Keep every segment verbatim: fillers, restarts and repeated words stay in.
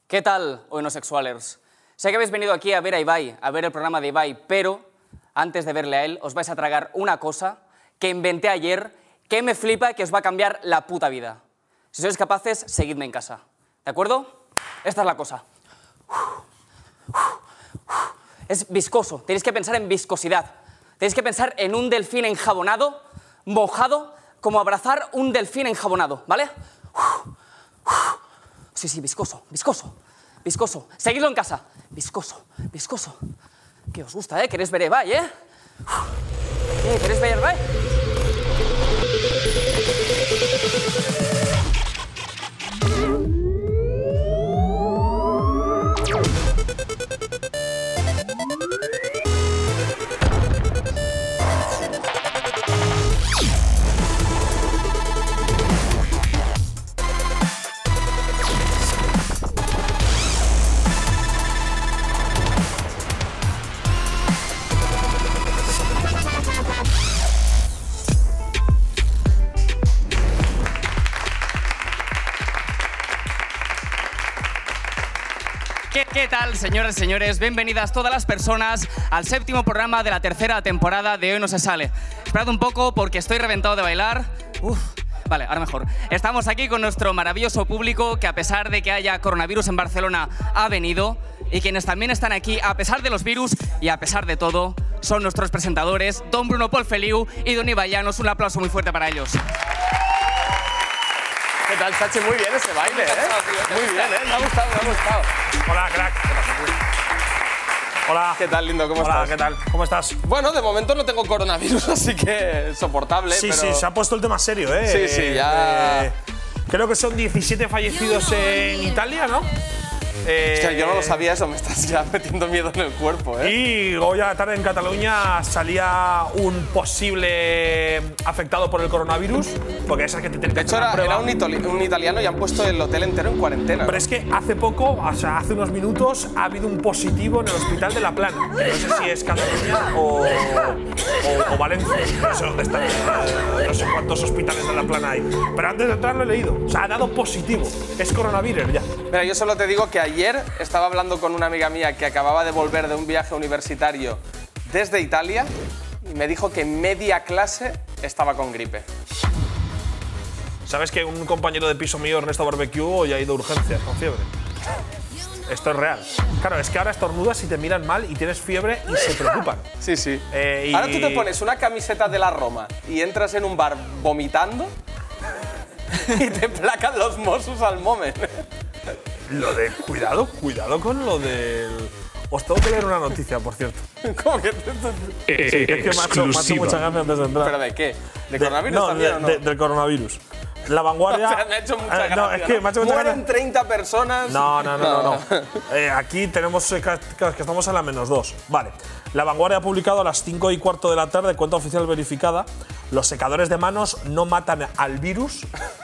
¿Qué tal, homosexuales? Sé que habéis venido aquí a ver a Ibai, a ver el programa de Ibai, pero antes de verle a él, os vais a tragar una cosa que inventé ayer, que me flipa y que os va a cambiar la puta vida. Si sois capaces, seguidme en casa. ¿De acuerdo? Esta es la cosa. Es viscoso. Tenéis que pensar en viscosidad. Tenéis que pensar en un delfín enjabonado, mojado, como abrazar un delfín enjabonado, ¿vale? Sí, sí, viscoso, viscoso, viscoso. Seguidlo en casa. Viscoso, viscoso. Que os gusta, ¿eh? ¿Queréis ver Ibai, eh? ¿Eh? ¿Queréis ver Ibai? ¿Qué, ¿Qué tal, señoras y señores? Bienvenidas todas las personas al séptimo programa de la tercera temporada de Hoy No Se Sale. Esperad un poco porque estoy reventado de bailar. Uf, vale, ahora mejor. Estamos aquí con nuestro maravilloso público que, a pesar de que haya coronavirus en Barcelona, ha venido. Y quienes también están aquí, a pesar de los virus y a pesar de todo, son nuestros presentadores, don Bruno Pol Feliu y don Ibai Llanos. Un aplauso muy fuerte para ellos. ¿Qué tal, Sachi? Muy bien ese baile, ¿eh? Muy bien, ¿eh? Me ha gustado, me ha gustado. Hola, crack. Hola. ¿Qué tal, lindo? ¿Cómo Hola, estás? ¿qué tal? ¿Cómo estás? Bueno, de momento no tengo coronavirus, así que soportable, Sí, pero... sí, se ha puesto el tema serio, ¿eh? Sí, sí, ya... Eh, creo que son diecisiete fallecidos en Italia, ¿no? Eh, Hostia, yo no lo sabía eso, me estás ya metiendo miedo en el cuerpo, ¿eh? Y hoy a la tarde en Cataluña salía un posible afectado por el coronavirus, porque esas que te tienen que De hecho, hacer una era, prueba. era un, itali- un italiano y han puesto el hotel entero en cuarentena. Pero es que hace poco, o sea, hace unos minutos, ha habido un positivo en el hospital de La Plana. No sé si es Cataluña o, o, o Valencia. No sé dónde están. eh, No sé cuántos hospitales de La Plana hay. Pero antes de entrar lo he leído. O sea, ha dado positivo. Es coronavirus ya. Mira, yo solo te digo que ayer estaba hablando con una amiga mía que acababa de volver de un viaje universitario desde Italia y me dijo que media clase estaba con gripe. ¿Sabes que un compañero de piso mío, Ernesto Barbecue, hoy ha ido a urgencias con fiebre? Esto es real. Claro, es que ahora estornudas y te miran mal y tienes fiebre y se preocupan. Sí, sí. Eh, y- Ahora tú te pones una camiseta de la Roma y entras en un bar vomitando y te placan los Mossos al moment. Lo de… Cuidado, cuidado con lo del… Os tengo que leer una noticia, por cierto. ¿Cómo que? Es que me ha hecho, me ha hecho mucha gracia antes de entrar. ¿Pero de qué? ¿De coronavirus no, también de- o no? de- del coronavirus. La Vanguardia… O sea, me ha hecho mucha Eh, gracia. No, es que me ha hecho mucha Mueren gracia. treinta personas. No, no, no, no. no. Eh, aquí tenemos eh, que que estamos a la menos dos. Vale. La Vanguardia ha publicado a las cinco y cuarto de la tarde, cuenta oficial verificada, los secadores de manos no matan al virus,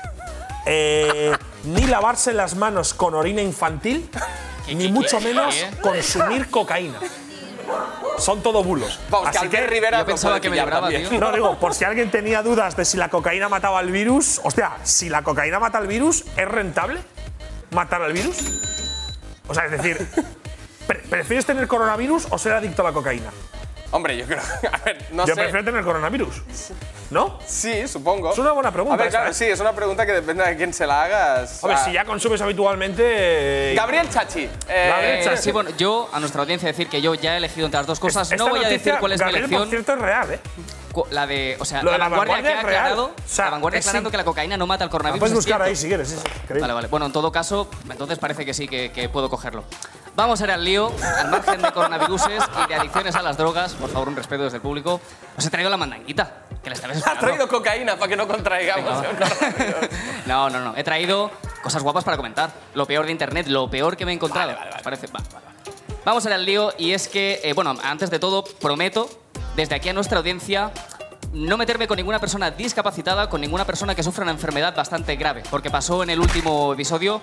eh, ni lavarse las manos con orina infantil, ni mucho menos consumir cocaína. Son todo bulos. Vamos, Así que Albert Rivera yo lo pensaba puede que me pillar libraba, también. tío. No, digo, por si alguien tenía dudas de si la cocaína mataba al virus. Hostia, si la cocaína mata al virus, ¿es rentable matar al virus? O sea, es decir, pre- ¿prefieres tener coronavirus o ser adicto a la cocaína? Hombre, yo creo. A ver, no Yo sé. prefiero tener coronavirus. ¿No? Sí, supongo. Es una buena pregunta A ver, esta, claro, ¿eh? sí, es una pregunta que depende de quién se la hagas. A ver, Ah, si ya consumes habitualmente. eh, Gabriel Chachi. eh, Gabriel Eh, Chachi. sí, bueno, yo, a nuestra audiencia, decir que yo ya he elegido entre las dos cosas. esta No voy a noticia, decir cuál es Gabriel, mi elección. por cierto, es real, ¿eh? Cu- La de, o sea, Lo la de la vanguardia, vanguardia que ha es real. aclarado, O sea, la vanguardia es aclarando sí. que la cocaína no mata al La coronavirus. puedes ¿es buscar cierto? ahí si quieres, sí, sí. Increíble. Vale, vale. Bueno, en todo caso, entonces parece que sí, que, que puedo cogerlo. Vamos a ir al lío, al margen de coronaviruses y de adicciones a las drogas. Por favor, un respeto desde el público. Os he traído la mandanguita, que la estabais Ha esperando. traído cocaína para que no contraigamos el coronavirus. No, no, no. He traído cosas guapas para comentar. Lo peor de Internet, lo peor que me he encontrado. ¿Os parece? Va, va, va. Vamos a ir al lío y es que, eh, bueno, antes de todo, prometo, desde aquí a nuestra audiencia, no meterme con ninguna persona discapacitada, con ninguna persona que sufra una enfermedad bastante grave, porque pasó en el último episodio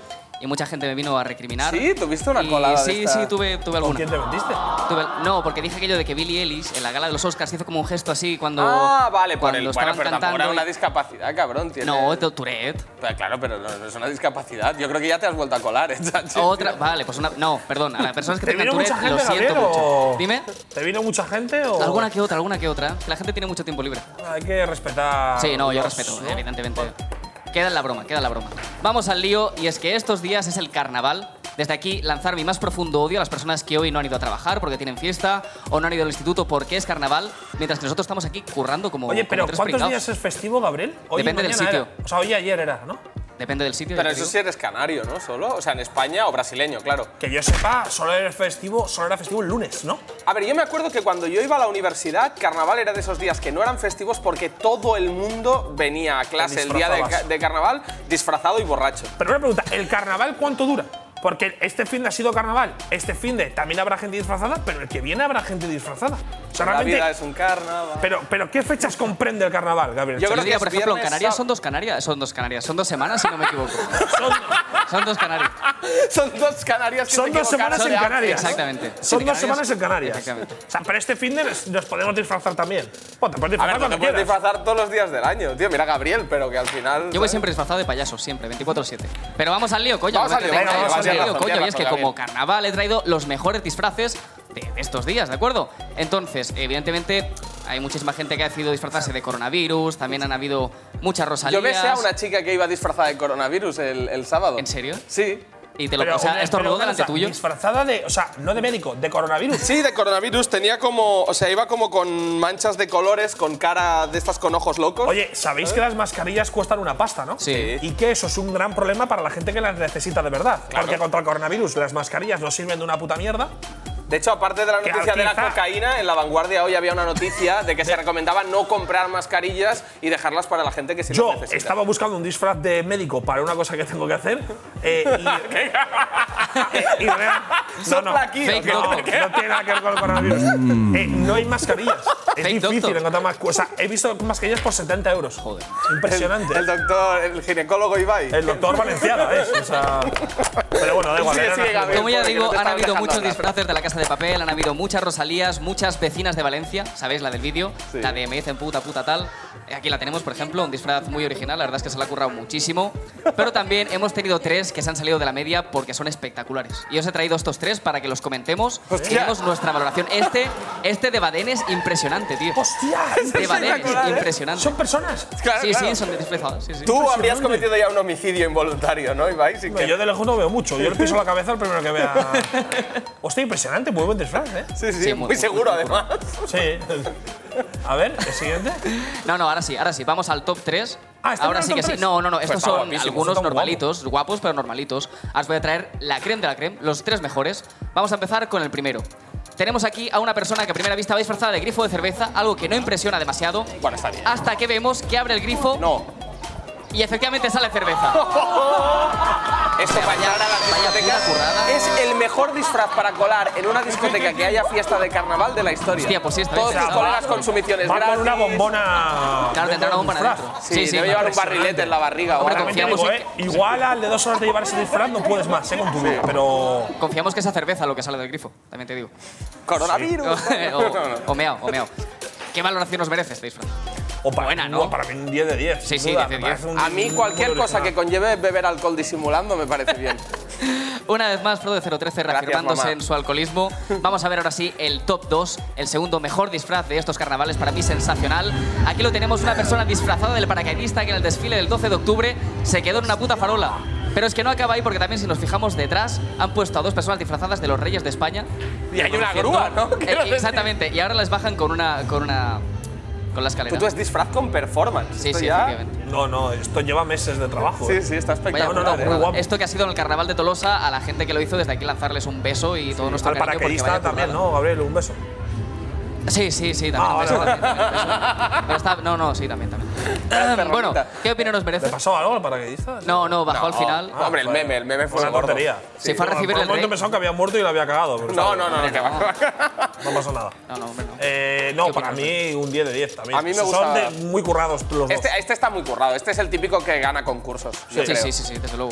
y mucha gente me vino a recriminar. ¿Sí? ¿Tuviste una Y colada de Sí, esta? sí, tuve, tuve ¿Con alguna. quién te vendiste? Tuve- no, porque dije aquello de que Billie Eilish en la gala de los Oscars hizo como un gesto así cuando. Ah, vale, por cuando el. Bueno, estaban pero tampoco cantando. era una y- discapacidad, cabrón. Tiene... No, tu- Tourette. Pero claro, pero no, no es una discapacidad. Yo creo que ya te has vuelto a colar, ¿eh, Chachi? Otra. Vale, pues una. No, perdón. A las personas que ¿Te tengan vino Tourette, mucha lo gente, siento Gabriel, mucho. o- Dime. ¿Te vino mucha gente o...? Alguna que otra, alguna que otra. La gente tiene mucho tiempo libre. Hay que respetar. Sí, no, yo los- respeto, ¿no? evidentemente. Queda en la broma, queda en la broma. Vamos al lío, y es que estos días es el carnaval. Desde aquí, lanzar mi más profundo odio a las personas que hoy no han ido a trabajar porque tienen fiesta o no han ido al instituto porque es carnaval, mientras que nosotros estamos aquí currando como. Oye, pero como tres ¿cuántos pringados. días es festivo, Gabriel? Hoy y Depende del mañana sitio. era. O sea, hoy y ayer era, ¿no? Depende del sitio. Pero ya te eso digo. sí eres canario, ¿no? Solo. O sea, en España o brasileño, claro. Que yo sepa, solo era festivo, solo era festivo el lunes, ¿no? A ver, yo me acuerdo que cuando yo iba a la universidad, carnaval era de esos días que no eran festivos porque todo el mundo venía a clase el día de, ca- disfrazabas. de carnaval disfrazado y borracho. Pero una pregunta, ¿el carnaval cuánto dura? Porque este fin de ha sido carnaval, este fin de también habrá gente disfrazada, pero el que viene habrá gente disfrazada. O sea, La realmente. vida es un carnaval. Pero, pero ¿qué fechas comprende el carnaval, Gabriel? Yo Yo creo diría, que por es ejemplo, en viernes, Canarias sábado. son dos Canarias. Son dos Canarias. Son dos semanas, si no me equivoco. son, Son dos Canarias. Son dos Canarias que son se dos equivocaron semanas en de año. Canarias. Exactamente. Son Sí, dos Canarias. semanas en Canarias. Exactamente. O sea, pero este fin de nos, nos podemos disfrazar también. Bueno, te puedes A disfrazar ver, no te cuando puedes quieras. disfrazar todos los días del año, tío. Mira a Gabriel, pero que al final. Yo voy ¿sabes? siempre disfrazado de payaso, siempre, veinticuatro siete. Pero vamos al lío, coño. Vamos me al lío, tengo venga, que- vamos vamos al al lío, lío, razón, coño. Y es que razón, como Gabriel. carnaval he traído los mejores disfraces de estos días, ¿de acuerdo? Entonces, evidentemente, hay muchísima gente que ha decidido disfrazarse de coronavirus, también han habido muchas rosalías. Yo besé a una chica que iba disfrazada de coronavirus el, el sábado. ¿En serio? Sí. Y te lo, Pero, o sea, hombre, esto pero rodó una delante cosa, tuyo. Disfrazada de. O sea, no de médico, de coronavirus. Sí, de coronavirus. Tenía como. O sea, iba como con manchas de colores, con cara de estas con ojos locos. Oye, sabéis que las mascarillas cuestan una pasta, ¿no? Sí. Y que eso es un gran problema para la gente que las necesita de verdad. Porque contra el coronavirus las mascarillas no sirven de una puta mierda. De hecho, aparte de la Que noticia de la quizá- cocaína, en La Vanguardia hoy había una noticia de que se recomendaba no comprar mascarillas y dejarlas para la gente que sí Yo las necesita. estaba buscando un disfraz de médico para una cosa que tengo que hacer. eh, y, y real- Sopla aquí, Fake ¿o qué? No, doctor. no tiene nada que ver con el coronavirus. Eh, no hay mascarillas. Es Fake difícil doctor. encontrar más. O sea, he visto mascarillas por setenta euros. Joder. Impresionante. El, el doctor, el ginecólogo Ibai. El doctor Valenciaga, ¿ves? O sea, pero bueno, da igual. Sigue, era sigue, una- Gabriel. Como ya porque digo, no te han estaba habido dejando muchos hablar. disfraces de La Casa de Papel, han habido muchas rosalías, muchas vecinas de Valencia, ¿sabéis? La del vídeo, Sí. la de me dicen puta, puta tal. Aquí la tenemos, por ejemplo, un disfraz muy original, la verdad es que se la ha currado muchísimo. Pero también hemos tenido tres que se han salido de la media porque son espectaculares. Y os he traído estos tres para que los comentemos y Hostia. demos nuestra valoración. Este, este de Baden es impresionante, tío. ¡Hostia! De Baden es espectacular, ¿eh? impresionante. Son personas. Claro, Sí, claro. sí, son de disfrazados. Sí, sí. Tú habrías Impresionante. cometido ya un homicidio involuntario, ¿no, Ibai? Sí que- Yo de lejos no veo mucho. Yo le piso la cabeza al primero que vea. Hostia, impresionante, muy buen disfraz, ¿eh? Sí, sí, Sí, muy, muy- muy- seguro, muy- además. Sí. A ver, el siguiente. No, no, ahora sí, ahora sí. Vamos al top tres. Ah, ¿está ahora en el sí que top sí. tres? No, no, no. Estos está son guapísimo, algunos está muy normalitos, guapos, pero normalitos. Os voy a traer la creme de la creme, los tres mejores. Vamos a empezar con el primero. Tenemos aquí a una persona que a primera vista va disfrazada de grifo de cerveza, algo que no impresiona demasiado. Bueno, está bien. Hasta que vemos que abre el grifo No. y efectivamente sale cerveza. Esto para vaya- entrar a las vaya discotecas puta currada. es el mejor disfraz para colar en una discoteca que haya fiesta de carnaval de la historia. Hostia, pues sí, está Todos bien. tus O sea, colegas con sumisiones Va gratis. con una bombona. Claro, tendrá una bombona disfraz. dentro. Sí, debe llevar un barrilete en la barriga. Hombre, o algo. También te confiamos digo, en ¿eh? Igual al de dos horas de llevar ese disfraz no puedes más, ¿eh? Con tu vida. Pero. Confiamos que esa cerveza lo que sale del grifo, también te digo. Coronavirus. o, o meao, o meao. ¿Qué valoración os merece este disfraz? O para, Buena, ¿no? Para mí un diez de diez. Sí, sin sí, duda. diez de Me parece un- A mí un cualquier muy cosa que original. conlleve beber alcohol disimulando me parece bien. Una vez más, Frodo de cero trece Gracias, reafirmándose mamá. en su alcoholismo. Vamos a ver ahora sí el top dos, el segundo mejor disfraz de estos carnavales, para mí sensacional. Aquí lo tenemos, una persona disfrazada del paracaidista que en el desfile del doce de octubre se quedó en una puta farola. Pero es que no acaba ahí, porque también si nos fijamos detrás han puesto a dos personas disfrazadas de los reyes de España. Y hay una Reconociendo- grúa, ¿no? Eh, Quiero decir. exactamente, y ahora les bajan con una, con una, con la escalera. Tú, tú es disfraz con performance. Sí, Esto sí, ya- efectivamente. No, no, esto lleva meses de trabajo. Sí, ¿eh? sí, está Vaya espectacular. no, no, ¿eh? muy guapo. Esto que ha sido en el carnaval de Tolosa, a la gente que lo hizo, desde aquí lanzarles un beso y todo nuestro Al cariño. porque paracaidista vaya también, currada. ¿no, Gabriel? Un beso. Sí, sí, sí, también. Ah, un beso, vale, también, también, un beso. Pero está, no, no, sí, también, también. perromita. Bueno, ¿qué opinión os ¿Le merece? pasó algo al paracaidista? No, no, bajó al No, final. Ah, hombre, el joder. meme, el meme fue Una gordo. tontería. Se fue a recibir Por el un momento rey. pensaba que había muerto y lo había cagado. pero No, está no, no, bien. no, que va. No pasó nada. No, no, hombre, no. Eh, no, ¿Qué para opinas, mí un diez de diez también. A mí me Son gusta- de muy currados los dos. Este, este está muy currado. Este es el típico que gana concursos. yo Sí, creo. sí, sí, sí, desde luego.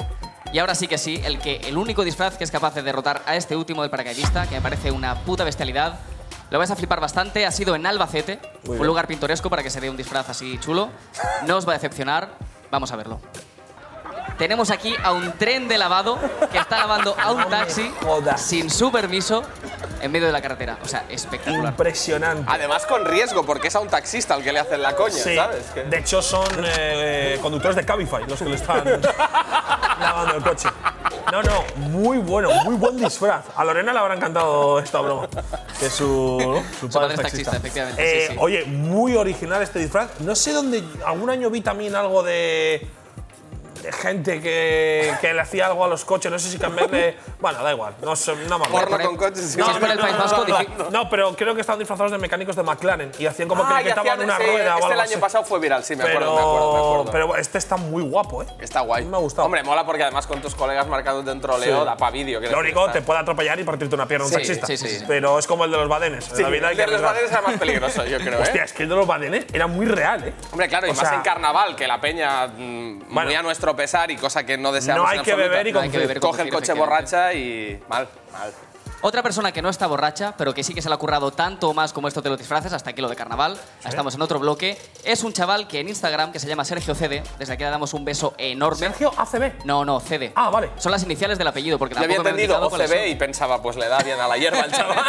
Y ahora sí que sí, el, que, el único disfraz que es capaz de derrotar a este último del paracaidista, que me parece una puta bestialidad. Lo vais a flipar bastante, ha sido en Albacete, un lugar pintoresco para que se dé un disfraz así chulo. No os va a decepcionar, vamos a verlo. Tenemos aquí a un tren de lavado que está lavando a un taxi sin su permiso en medio de la carretera. O sea, espectacular. Impresionante. Además con riesgo, porque es a un taxista al que le hacen la coña, Sí. ¿sabes? Que... De hecho, son eh, conductores de Cabify los que le están lavando el coche. No, no, muy bueno, muy buen disfraz. A Lorena le habrá encantado esta broma. Que su, ¿no? su padre, Su padre es es taxista, taxista, efectivamente, Eh, sí, sí. Oye, muy original este disfraz. No sé dónde. Algún año vi también algo de. de gente que, que le hacía algo a los coches. No sé si cambiarle. Bueno, da igual. No, sé, no me acuerdo. Porno con coches. sí. No, si es por el País Vasco, no, difí- no, pero creo que estaban disfrazados de mecánicos de McLaren y hacían como Ah, que y le quitaban hacían- una sí, rueda o este algo el año así. pasado fue viral, sí, me pero, acuerdo, me acuerdo, me acuerdo. pero este está muy guapo, ¿eh? Está guay. Me ha gustado. Hombre, mola porque además con tus colegas marcándote un troleo Sí. da pa' vídeo. quiero Lo decir, único, está- te puede atropellar y partirte una pierna un Sí, taxista. sí, sí, sí. Pero es como el de los badenes. En Sí, la vida hay el que de los arriesgar. badenes era más peligroso, yo creo, Hostia, ¿eh? es que el de los badenes era muy real, ¿eh? Hombre, claro, y O más sea, en carnaval, que la peña mm, Bueno. muy a nuestro pesar y cosa que no deseamos No hay en que absoluto. beber y No hay que conducir. beber y Coge el conducir, coche efectivamente. borracha y mal, mal. Otra persona que no está borracha, pero que sí que se le ha currado tanto o más como esto de los disfraces, hasta aquí lo de carnaval, estamos en otro bloque, es un chaval que en Instagram, que se llama Sergio C D, desde aquí le damos un beso enorme. Sergio A C B. No, no, C D. Ah, vale. Son las iniciales del apellido, porque Yo había tampoco me han entendido indicado cuáles O C B son. y pensaba, pues le da bien a la hierba al chaval.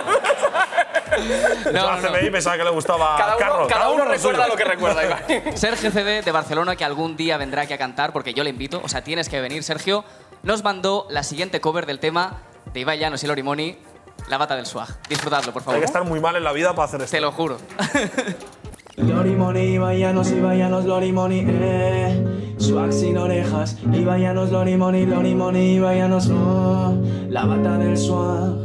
No, no, A C B no. y pensaba que le gustaba cada uno, Carro. cada uno lo recuerda suyo. lo que recuerda, Iván. Sergio C D de Barcelona, que algún día vendrá aquí a cantar, porque yo le invito, o sea, tienes que venir, Sergio, nos mandó la siguiente cover del tema de Ibai Llanos y Lorimoni, La Bata del Swag. Disfrutadlo, por favor. Hay que estar muy mal en la vida para hacer esto. Te lo juro. Lorimoni, Ibayanos, Ibayanos, Lorimoni, eh. Swag sin orejas, Ibayanos, Lorimoni, Lorimoni, Ibayanos, oh. La bata del swag.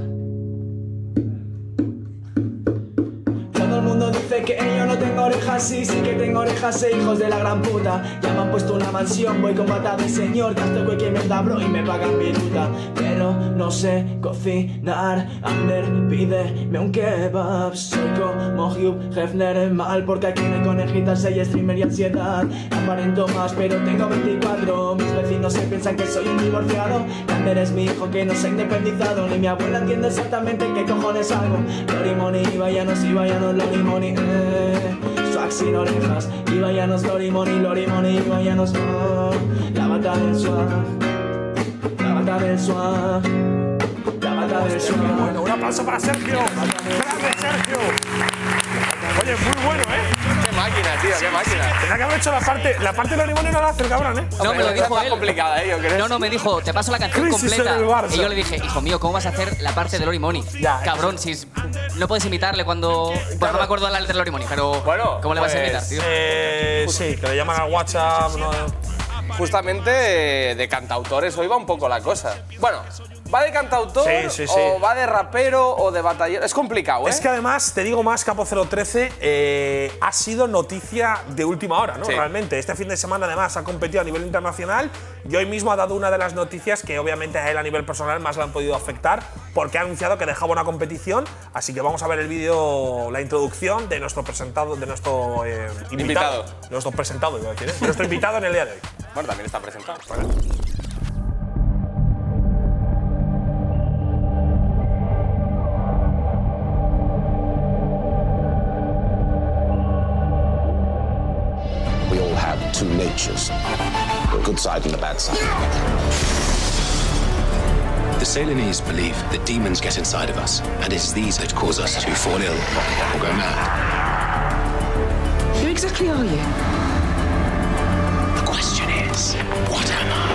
Todo el mundo dice que yo no tengo orejas, sí, sí que tengo orejas, eh, hijos de la gran puta. Ya me han puesto una mansión, voy con bata de señor, gasto cualquier mierda, bro, y me pagan viruta. Pero no sé cocinar, Ander, pídeme un kebab. Soy como Hugh Hefner, mal, porque aquí no hay conejitas, hay streamer y ansiedad. Aparento más, pero tengo veinticuatro. Mis vecinos se piensan que soy un divorciado. Ander es mi hijo que no se ha independizado, ni mi abuela entiende exactamente qué cojones hago. Lorimoni, Ibayanos, Ibayanos, Lorimoni, eh. Swag sin orejas, Ibayanos, Lorimoni, Lorimoni, Ibayanos, oh. La bata del swag, la bata del swag, la bata del swag. Bueno, un aplauso para Sergio. ¡Grande, Sergio! Oye, muy bueno, ¿eh? Qué máquina, tío, qué máquina. Tenía que haber hecho la parte. La parte de Lorimoni no la hace el cabrón, ¿eh? No, me lo Hombre, dijo es más él. complicada, ¿eh? Yo creo. No, no, me dijo, te paso la canción Crisis completa. en el Barça. Y yo le dije, hijo mío, ¿cómo vas a hacer la parte de Lorimoni? Ya, Cabrón, si es- no puedes imitarle cuando… Bueno, no me acuerdo la letra de Lorimoni, pero Bueno, ¿cómo le vas a pues, imitar, tío? Eh, sí, que le llaman al WhatsApp. No, Justamente eh, de cantautores hoy va un poco la cosa. Bueno, ¿va de cantautor Sí, sí, sí. o va de rapero o de batallero? Es complicado, ¿eh? Es que además, te digo más, Capo cero trece eh, ha sido noticia de última hora, ¿no? Sí. Realmente. Este fin de semana, además, ha competido a nivel internacional y hoy mismo ha dado una de las noticias que, obviamente, a él a nivel personal más le han podido afectar porque ha anunciado que dejaba una competición. Así que vamos a ver el vídeo, la introducción de nuestro presentado, de nuestro eh, invitado. Invitado. De nuestro presentado, iba a decir, ¿eh? De nuestro invitado en el día de hoy. Bueno, también está presentado. Bueno. We all have two natures, the good side and the bad side. The Ceylonese believe that demons get inside of us, and it is these that cause us to fall ill or go mad. Who exactly are you? The question is, what am I?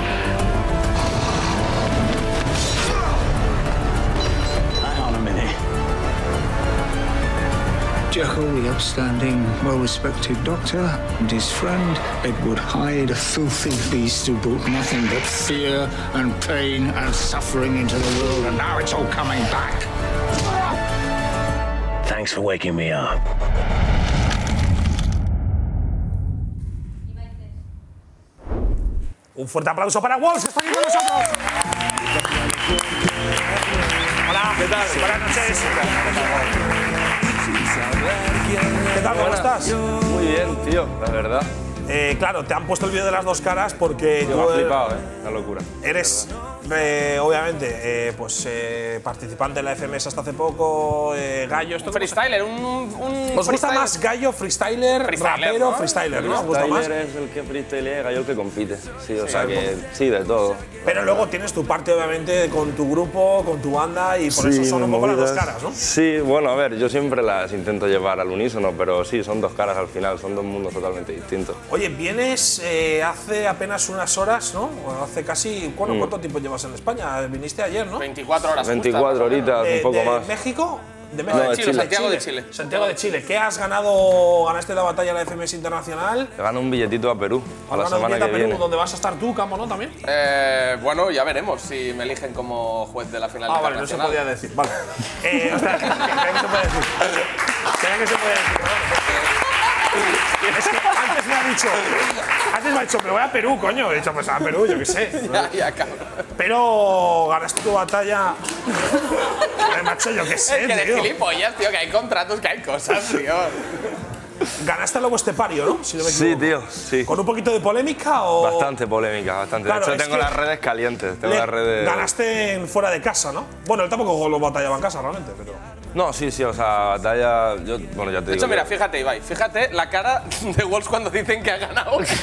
Hang on a minute. Jekyll, the upstanding, well-respected doctor, and his friend, Edward Hyde, a filthy beast who brought nothing but fear and pain and suffering into the world, and now it's all coming back. Thanks for waking me up. Un fuerte aplauso para Walsh, que está aquí con nosotros. Hola, ¿qué tal? Buenas noches. ¿Qué tal? ¿Cómo estás? Muy bien, tío, la verdad. Eh, claro, te han puesto el vídeo de las dos caras porque Yo tú me he flipado, ¿eh? Una locura. eres, eh, obviamente, eh, pues eh, participante de la F M S hasta hace poco, eh, gallo. ¿Esto Un freestyler, un, un ¿Os gusta freestyle- más gallo, freestyler, Freestyler, rapero, ¿no? freestyler, ¿no? ¿Os gusta más? Freestyler es el que freestylea, gallo el que compite. Sí, o sea que sí, de todo. Pero luego tienes tu parte, obviamente, con tu grupo, con tu banda, y por eso Sí, son un poco las dos movidas. caras, ¿no? Sí, bueno, a ver, yo siempre las intento llevar al unísono, pero sí, son dos caras al final, son dos mundos totalmente distintos. Oye, vienes eh, hace apenas unas horas, ¿no? O hace casi. Bueno, Mm. ¿cuánto tiempo llevas en España? Viniste ayer, ¿no? veinticuatro horas. veinticuatro horitas, de, un poco de más. México? De México. No, de Chile. Santiago de Chile. Santiago de Chile. ¿Qué has ganado? ¿Ganaste la batalla de la F M S Internacional? Te gano un billetito a Perú, a la ¿Has ganado semana un billete que a Perú, viene. donde vas a estar tú, Campo, ¿no? También. Eh, bueno, ya veremos si me eligen como juez de la final Ah, vale, no se internacional. podía decir. Vale. Eh, espera, que- que- que no se puede decir. Espera que se puede decir. Es que antes me ha dicho. Antes me ha dicho, me voy a Perú, coño. He dicho, pues a Perú, yo qué sé. Ya, ya, cabrón. Pero ganaste tu batalla. Eh, macho, yo qué Es sé, que de tío. gilipollas, tío, que hay contratos, que hay cosas, tío. Ganaste el lobo estepario, ¿no? Si no me Sí, equivoco. tío, sí. ¿Con un poquito de polémica o.? Bastante polémica, bastante. Claro, de es hecho, tengo que las redes calientes. Tengo Le- las redes. Ganaste en fuera de casa, ¿no? Bueno, él tampoco lo batallaba en casa, realmente, pero. No, sí, sí, o sea, batalla. Yo, bueno, ya te De digo. hecho, mira, que- fíjate, Ibai, fíjate la cara de Wolves cuando dicen que ha ganado. El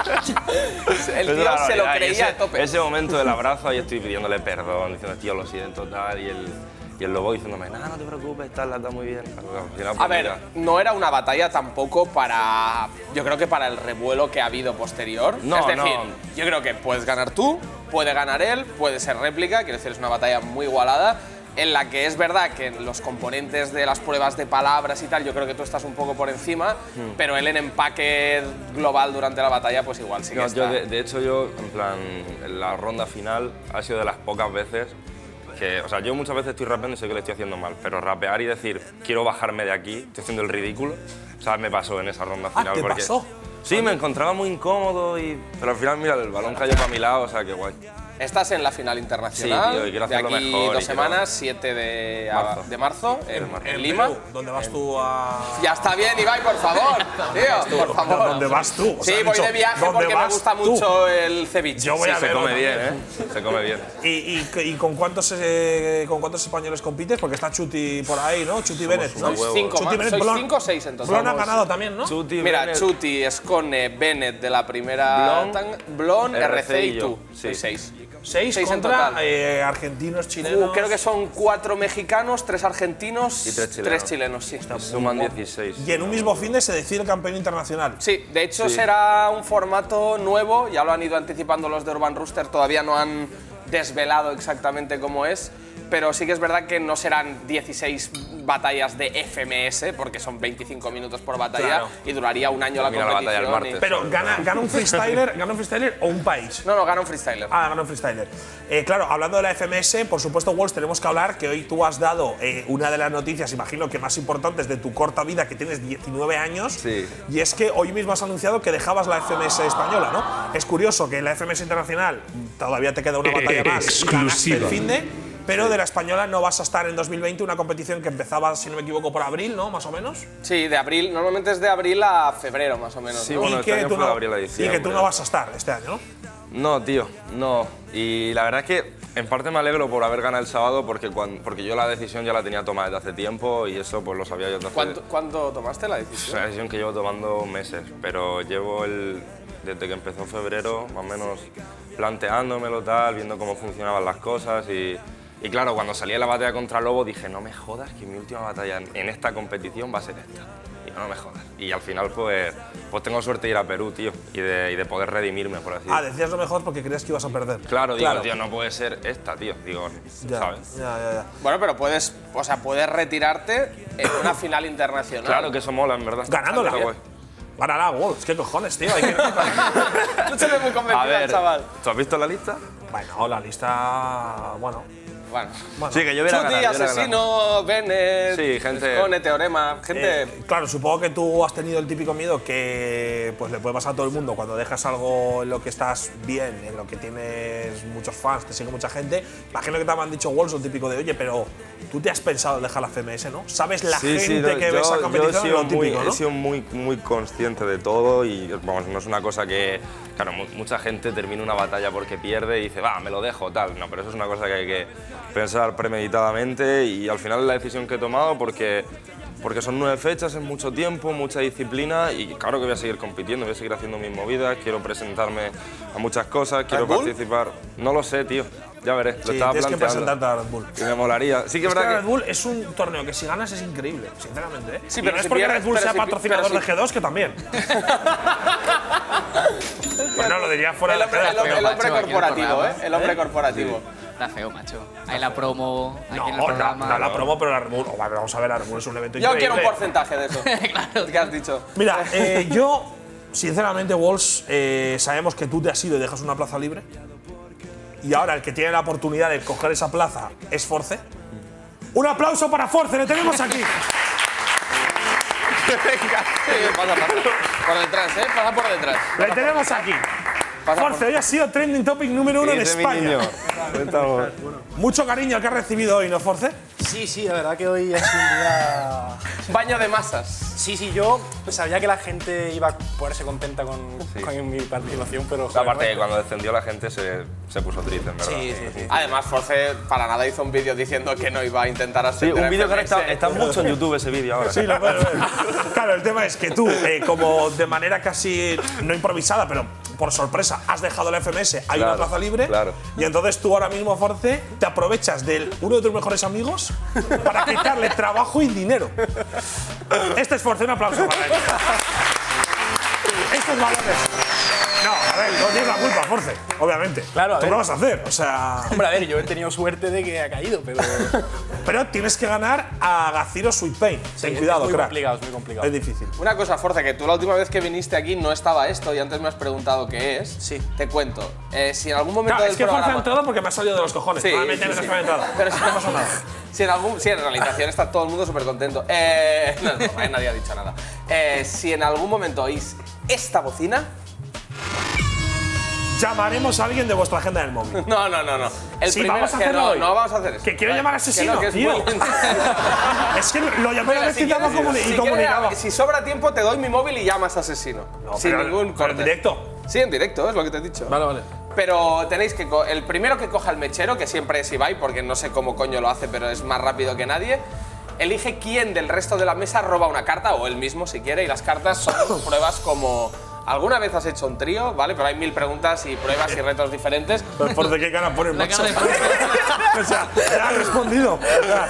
Es tío una se lo barbaridad, y creía ese, a tope. Ese momento del abrazo, ahí estoy pidiéndole perdón, diciendo, tío, lo siento, tal, y el, y el lobo diciéndome, nada, no te preocupes, tal, la está muy bien. Al final, A pues, ver, mira, no era una batalla tampoco para. Yo creo que para el revuelo que ha habido posterior. No, es decir, no. yo creo que puedes ganar tú, puede ganar él, puede ser réplica, quiero decir, es una batalla muy igualada. En la que es verdad que en los componentes de las pruebas de palabras y tal, yo creo que tú estás un poco por encima, Hmm. pero él en empaque global durante la batalla, pues igual sí que no, está. yo, de, de hecho, yo, en plan, en la ronda final ha sido de las pocas veces que, o sea, yo muchas veces estoy rapeando y sé que lo estoy haciendo mal, pero rapear y decir, quiero bajarme de aquí, estoy haciendo el ridículo, o sea, me pasó en esa ronda Ah, final. ¿te porque, pasó? Sí, me encontraba muy incómodo, y, pero al final, mira, el balón cayó para mi lado, o sea, que guay. Estás en la final internacional. Sí, tío, y quiero de hacerlo aquí mejor, dos y quiero- semanas, siete de Marzo. de marzo, en, En marzo. en En Lima. Perú, ¿dónde vas tú a.? Ya está bien, Ibai, por favor. Tío, por favor. ¿Dónde vas tú? O Sí, sea, voy dicho, de viaje ¿dónde porque me vas gusta tú? mucho el ceviche. Yo voy Sí, a se verlo come bien, también. ¿eh? Se come bien. ¿Y, y, y con, cuántos, eh, con cuántos españoles compites? Porque está Chuti por ahí, ¿no? Chuti Bennett, ¿no? Sois cinco, Chuti más. Bennett, Sois Blon- cinco o seis en total. Blon ha Somos- ganado también, ¿no? Chuti, Mira, Bennett, Chuti, Escone, Bennett de la primera. Blon, tan- Blon, R R C C y y tú. yo, sí. Sois seis. Seis, seis en contra total. eh, argentinos, chilenos. Uh, creo que son cuatro mexicanos, tres argentinos Y tres chilenos. tres chilenos, sí. Suman dieciséis. Y en un mismo fin de se decide el campeón internacional. Sí, de hecho Sí. será un formato nuevo, ya lo han ido anticipando los de Urban Rooster, todavía no han desvelado exactamente cómo es, pero sí que es verdad que no serán dieciséis batallas de F M S, porque son veinticinco minutos por batalla Claro. y duraría un año la Mira la competición. batalla el martes. y- Pero gana, gana un freestyler, gana un freestyler o un país. No, no, gana un freestyler. Ah, ganó un freestyler. Eh, claro, hablando de la F M S, por supuesto, Wolves, tenemos que hablar que hoy tú has dado eh, una de las noticias, imagino que más importantes de tu corta vida, que tienes diecinueve años. Sí. Y es que hoy mismo has anunciado que dejabas la F M S española, ¿no? Es curioso que en la F M S internacional todavía te queda una batalla más. y ganaste el finde, pero de la española no vas a estar en dos mil veinte, una competición que empezaba, si no me equivoco, por abril, ¿no? Más o menos. Sí, de abril, normalmente es de abril a febrero más o menos. Sí, ¿no? bueno, y, este que año tú fue no, de abril a y que diciembre. tú no vas a estar este año, ¿no? No, tío, no. Y la verdad es que en parte me alegro por haber ganado el sábado porque, cuando, porque yo la decisión ya la tenía tomada desde hace tiempo y eso pues lo sabía yo desde hace… ¿Cuánto, ¿Cuándo tomaste la Es decisión? una decisión que llevo tomando meses, pero llevo el… desde que empezó febrero más o menos planteándomelo tal, viendo cómo funcionaban las cosas y… Y claro, cuando salí de la batalla contra Lobo dije, no me jodas que mi última batalla en- en esta competición va a ser esta. Y no me jodas. Y al final pues, pues tengo suerte de ir a Perú, tío, y de, y de poder redimirme, por así Ah, decirlo. decías lo mejor porque creías que ibas a perder. Claro, digo, Claro. tío, no puede ser esta, tío. Digo, Ya, ¿sabes? ya, ya, ya. Bueno, pero puedes, o sea, puedes retirarte en una final internacional. Claro que eso mola, en verdad. Ganándola. Está guay. Ganará Wolves, qué cojones, tío. Hay que- No se ve muy convencido A ver, al chaval. ¿tú has visto la lista? bueno, la lista. Bueno. Bueno. Sí, que yo hubiera Chuti, ganado, yo hubiera Asesino, Bennett, Sí, gente- Scone, Teorema, gente… Eh, claro, supongo que tú has tenido el típico miedo que pues, le puede pasar a todo el mundo cuando dejas algo en lo que estás bien, en lo que tienes muchos fans, te sigue mucha gente. Imagino que te han dicho Walls, el típico de, oye, pero tú te has pensado en dejar la F M S, ¿no? ¿Sabes la Sí, gente sí, no, que yo, ves a yo he competición? sido, Lo típico, muy, ¿no? he sido muy, muy consciente de todo y vamos, no es una cosa que, claro, mu- mucha gente termina una batalla porque pierde y dice, va, me lo dejo, tal. No, pero eso es una cosa que hay que pensar premeditadamente y al final es la decisión que he tomado porque, porque son nueve fechas, es mucho tiempo, mucha disciplina y claro que voy a seguir compitiendo, voy a seguir haciendo mis movidas, quiero presentarme a muchas cosas, quiero Red Bull? participar. No lo sé, tío, ya veré, lo Sí, estaba tienes que planteando. presentarte a Red Bull. Y me molaría. Sí que es Es que verdad Red que… Bull es un torneo que si ganas es increíble, sinceramente. ¿eh? Sí, Y pero no si es porque pierdes- Red Bull pero sea si- patrocinador pero de si- G dos, que también. Pues no, lo diría fuera El de hombre, la el hombre- el hombre macho, aquí en el corporativo, ¿eh? programa. El hombre corporativo. Está feo, macho. Hay la promo aquí No, en el no, programa. no la promo, pero la Red Bull. oh, vale, vamos a ver, la Red Bull es un evento Yo increíble. quiero un porcentaje de eso. Claro. ¿Qué has dicho? Mira, eh, yo, sinceramente, Walls, eh, sabemos que tú te has ido y dejas una plaza libre. Y ahora el que tiene la oportunidad de coger esa plaza es Force. Un aplauso para Force, le tenemos aquí. Venga, sí, pasa, pasa. Por detrás, ¿eh? Pasa por detrás. Le tenemos aquí. Pasa Force, hoy ha sido trending topic número uno en Dice mi España. niño. Estamos- Mucho cariño el que has recibido hoy, ¿no, Force? Sí, sí, la verdad que hoy ha sido un día… Baño de masas. Sí, sí, yo sabía que la gente iba a ponerse contenta con, con mi participación, pero… joder, Aparte, no que me- cuando descendió la gente se, se puso triste, en verdad. Sí, sí, sí. Además, Force para nada hizo un vídeo diciendo que no iba a intentar Sí, ascender un vídeo que ahora F M está, S. está mucho en YouTube ese vídeo ahora. Sí, lo puedes ver. Claro, el tema es que tú, eh, como de manera casi no improvisada, pero por sorpresa, has dejado la F M S, hay Claro, una plaza libre. claro. Y entonces tú ahora mismo, Force, te aprovechas de uno de tus mejores amigos para quitarle trabajo y dinero. Este es Force, un aplauso para él. Estos valores. No, a ver, no tienes la culpa, Force, obviamente. Claro, a ¿Tú ver. lo vas a hacer? O sea. Hombre, a ver, yo he tenido suerte de que ha caído, pero… Pero tienes que ganar a Gaciro Sweet Pain. Ten es cuidado, muy crack. complicado, es muy complicado. Es difícil. Una cosa, Force, que tú la última vez que viniste aquí no estaba esto y antes me has preguntado qué es. Sí. Te cuento. Eh, si en algún momento Claro, del es que Force ha programa… entrado porque me ha salido de los cojones. Sí, Probablemente sí, no sí. se me ha entrado. Pero si no pasa nada. Si en algún, sí, en realización está todo el mundo súper contento. Eh, no, no, nadie ha dicho nada. Eh, si en algún momento oís esta bocina, Llamaremos a alguien de vuestra agenda del móvil. no, no, no, no. El Sí, primero vamos a que hacerlo no, hoy. no vamos a hacer eso. Que quiero llamar a Asesino, Que no, que es tío. muy- Es que lo llamé Venga, a si citaba quieres- comuni- si y quieres, comunicaba. si sobra tiempo, te doy mi móvil y llamas a Asesino. sin pero- ningún pero en corte. directo. Sí, en directo, es lo que te he dicho. Vale, vale. Pero tenéis que… co- El primero que coja el mechero, que siempre es Ibai, porque no sé cómo coño lo hace, pero es más rápido que nadie, elige quién del resto de la mesa roba una carta, o él mismo si quiere, y las cartas son pruebas como… ¿Alguna vez has hecho un trío? ¿Vale? Pero hay mil preguntas y pruebas y retos diferentes. Pues por de qué cara pone el La macho. cara de O sea, ya ha respondido. O sea,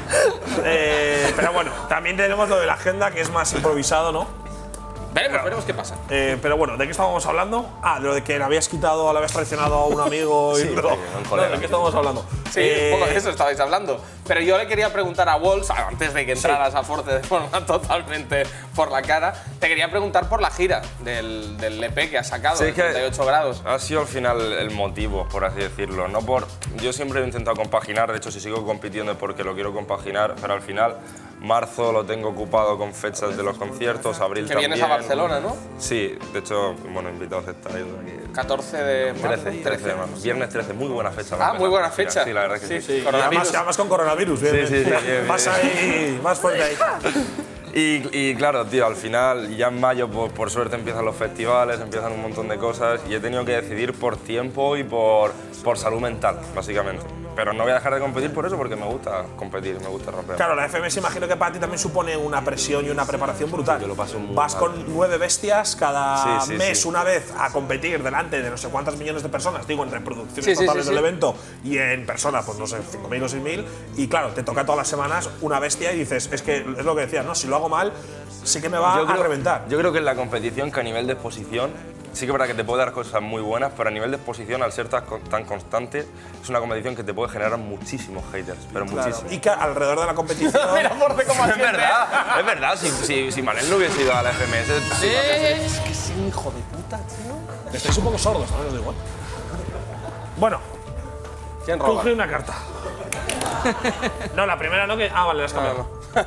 eh, pero bueno, también tenemos lo de la agenda, que es más improvisado, ¿no? Veremos, veremos qué pasa. Eh, pero bueno, ¿de qué estábamos hablando? Ah, de lo de que le habías quitado, le habías traicionado a un amigo y Sí, no, sí, un colega. no, ¿de qué estábamos hablando? Sí, Eh, un poco de eso estabais hablando. Pero yo le quería preguntar a Walls, antes de que entraras a Force de forma totalmente por la cara, te quería preguntar por la gira del, del E P que has sacado, Sí, de es que treinta y ocho grados. Ha sido al final el motivo, por así decirlo. No por, yo siempre he intentado compaginar, de hecho si sigo compitiendo es porque lo quiero compaginar, pero al final marzo lo tengo ocupado con fechas de los conciertos, abril Que también. vienes a Barcelona, ¿no? Sí, de hecho, bueno, invitados estáis aquí. catorce de marzo. trece, trece de marzo. Viernes trece, muy buena fecha. Ah, la muy buena verdad. fecha. Sí, la verdad que sí. Sí, Y además, coronavirus. además con coronavirus, bien. Sí, bien. sí, sí, bien, Más bien. ahí, más fuerte ahí. Y, y claro, tío, al final, ya en mayo, por, por suerte, empiezan los festivales, empiezan un montón de cosas y he tenido que decidir por tiempo y por, por salud mental, básicamente. Pero no voy a dejar de competir por eso, porque me gusta competir, me gusta romper. Claro, la F M S imagino que para ti también supone una presión y una preparación brutal. Yo lo paso muy Vas mal. con nueve bestias cada Sí, sí, mes sí. una vez a competir delante de no sé cuántas millones de personas, digo, en reproducciones Sí, sí, totales sí, del sí. evento y en persona, pues no sé, cinco mil o seis mil. Y claro, te toca todas las semanas una bestia y dices, es que es lo que decías, ¿no? Si lo hago mal, sí que me va Yo a creo- reventar. Yo creo que en la competición, que a nivel de exposición, sí que es verdad que te puede dar cosas muy buenas, pero a nivel de exposición, al ser tan, con- tan constante, es una competición que te puede generar muchísimos haters, pero Claro. muchísimos. Y que alrededor de la competición. Mira, Force, cómo Es asiente. verdad, es verdad, si, si, si Manel no hubiese ido a la F M S… sí, Es que es un hijo de puta, tío. Estáis un poco sordos, ¿no? Os da igual. Bueno, ¿Quién roba? coge una carta. No, la primera no que. Ah, vale, la has cambiado.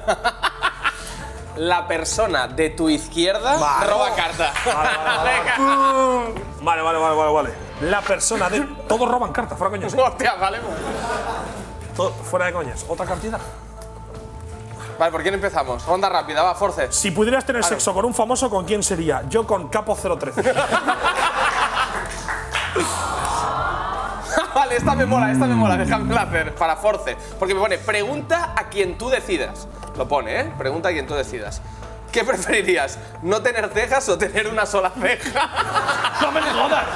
La persona de tu izquierda Vale. roba carta. Vale, vale, vale, vale, vale. La persona de. Todos roban cartas, fuera coñas. Hostia, vale. Todo, fuera de coñas. Otra cartita. Vale, ¿por quién empezamos? Ronda rápida, va, Force. Si pudieras tener Vale. sexo con un famoso, ¿con quién sería? Yo con Capo cero trece. Vale, esta me mola, esta me mola, déjame hacer para Force. Porque me pone, pregunta a quien tú decidas. Lo pone, ¿eh? Pregunta a quien tú decidas. ¿Qué preferirías? ¿No tener cejas o tener una sola ceja? ¡No me jodas!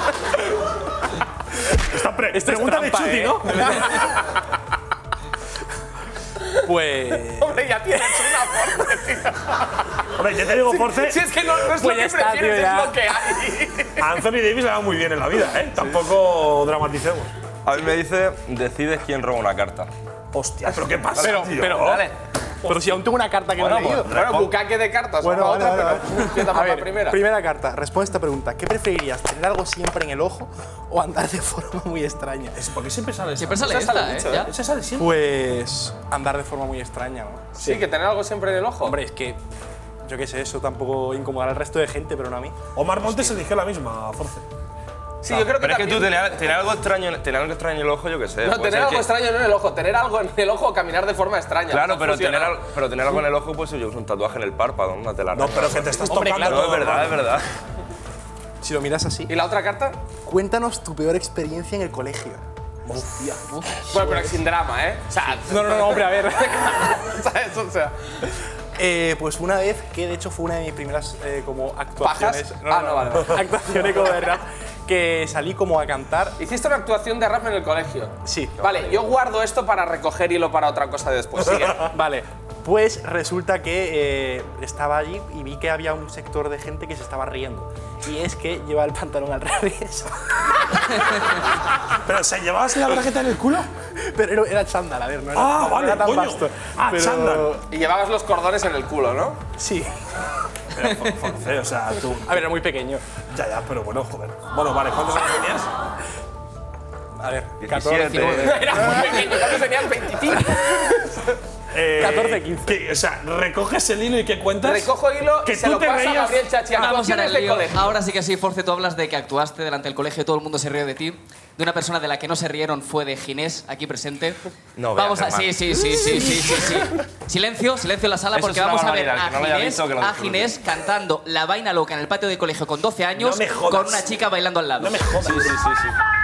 Esta pre Esto es pregunta trampa, de Chuti, ¿eh? ¿no? Pues. Hombre, ya tienes una Force, tío. Hombre, ya te digo, Force. Si es que no, no es Pues lo ya que está, prefieres, tío, ya. es lo que hay. A Anthony Davis le va muy bien en la vida, ¿eh? Tampoco dramaticemos. A mí me dice, decides quién roba una carta. Hostia, pero ¿qué pasa, Pero, tío? pero, Dale. pero si aún tengo una carta que Bueno, no he leído. pues, Bueno, bucaque de cartas. Bueno, otra, vale, vale, pero vale. empieza A por la ver, primera. primera carta. Responde a esta pregunta. ¿Qué preferirías? ¿Tener algo siempre en el ojo o andar de forma muy extraña? ¿Por qué siempre sale esa? Siempre sale Esa sale esta, mucho, ¿eh? ¿eh? ¿Ya? Esa sale siempre. Pues andar de forma muy extraña, ¿no? Sí, que tener algo siempre en el ojo. Hombre, es que yo qué sé, eso tampoco incomodará al resto de gente, pero no a mí. Omar Montes eligió la misma, Force. sí, yo creo que Pero es que también- tú tener, tener algo extraño, tener algo extraño en el ojo, yo qué sé. No, puede tener ser algo que- extraño no en el ojo, tener algo en el ojo o caminar de forma extraña. Claro, Está pero tener, fusionado. algo, pero tener algo en el ojo, pues yo uso un tatuaje en el párpado, una telaraña. No, pero que te estás Hombre, tocando. No, es todo, verdad, es hermano. verdad. Si lo miras así, ¿Y la otra carta? cuéntanos tu peor experiencia en el colegio. Hostia. Bueno, pero sin drama, ¿eh? O sea, No, no, no, hombre, a ver. ¿sabes? O sea, Eh, pues una vez, que de hecho fue una de mis primeras eh, como actuaciones. ¿Pajas? Ah, no, vale, vale. Actuaciones como de rap, que salí como a cantar. hiciste una actuación de rap en el colegio. Sí. Vale, yo guardo esto para recoger hilo para otra cosa de después. Sigue. Vale, pues resulta que eh, estaba allí y vi que había un sector de gente que se estaba riendo. Y es que lleva el pantalón al revés. ¿Pero se llevaba así la bragueta en el culo? Pero era, era chándal, a ver, no era, Ah, no vale, era tan coño. vasto. Ah, pero, chándal. Y llevabas los cordones en el culo, ¿no? Sí. Pero, Force, o sea, tú. A ver, era muy pequeño. Ya, ya, pero bueno, joder. Bueno, vale, ¿cuántos años tenías? A ver, diecisiete. Era muy pequeño, ¿cuántos tenías? veinticinco. Eh, catorce, quince. que, o sea, recoges el hilo y ¿qué cuentas? Recojo hilo Que y se tú lo te paso a reías. Gabriel Chachi. Vamos a Actuaciones de lío. colegio. Ahora sí que sí, Force, tú hablas de que actuaste delante del colegio, todo el mundo se rió de ti. De una persona de la que no se rieron fue de Ginés, aquí presente. No, voy a vamos a, hacer sí, mal. sí, sí, sí, sí, sí, sí. Silencio, silencio en la sala Eso porque es una vamos a ver barbaridad, a el que no lo haya Ginés, visto, que lo a disfrute. Ginés cantando La Vaina Loca en el patio de colegio con doce años No me jodas. con una chica bailando al lado. No me jodas. Sí, sí, sí, sí.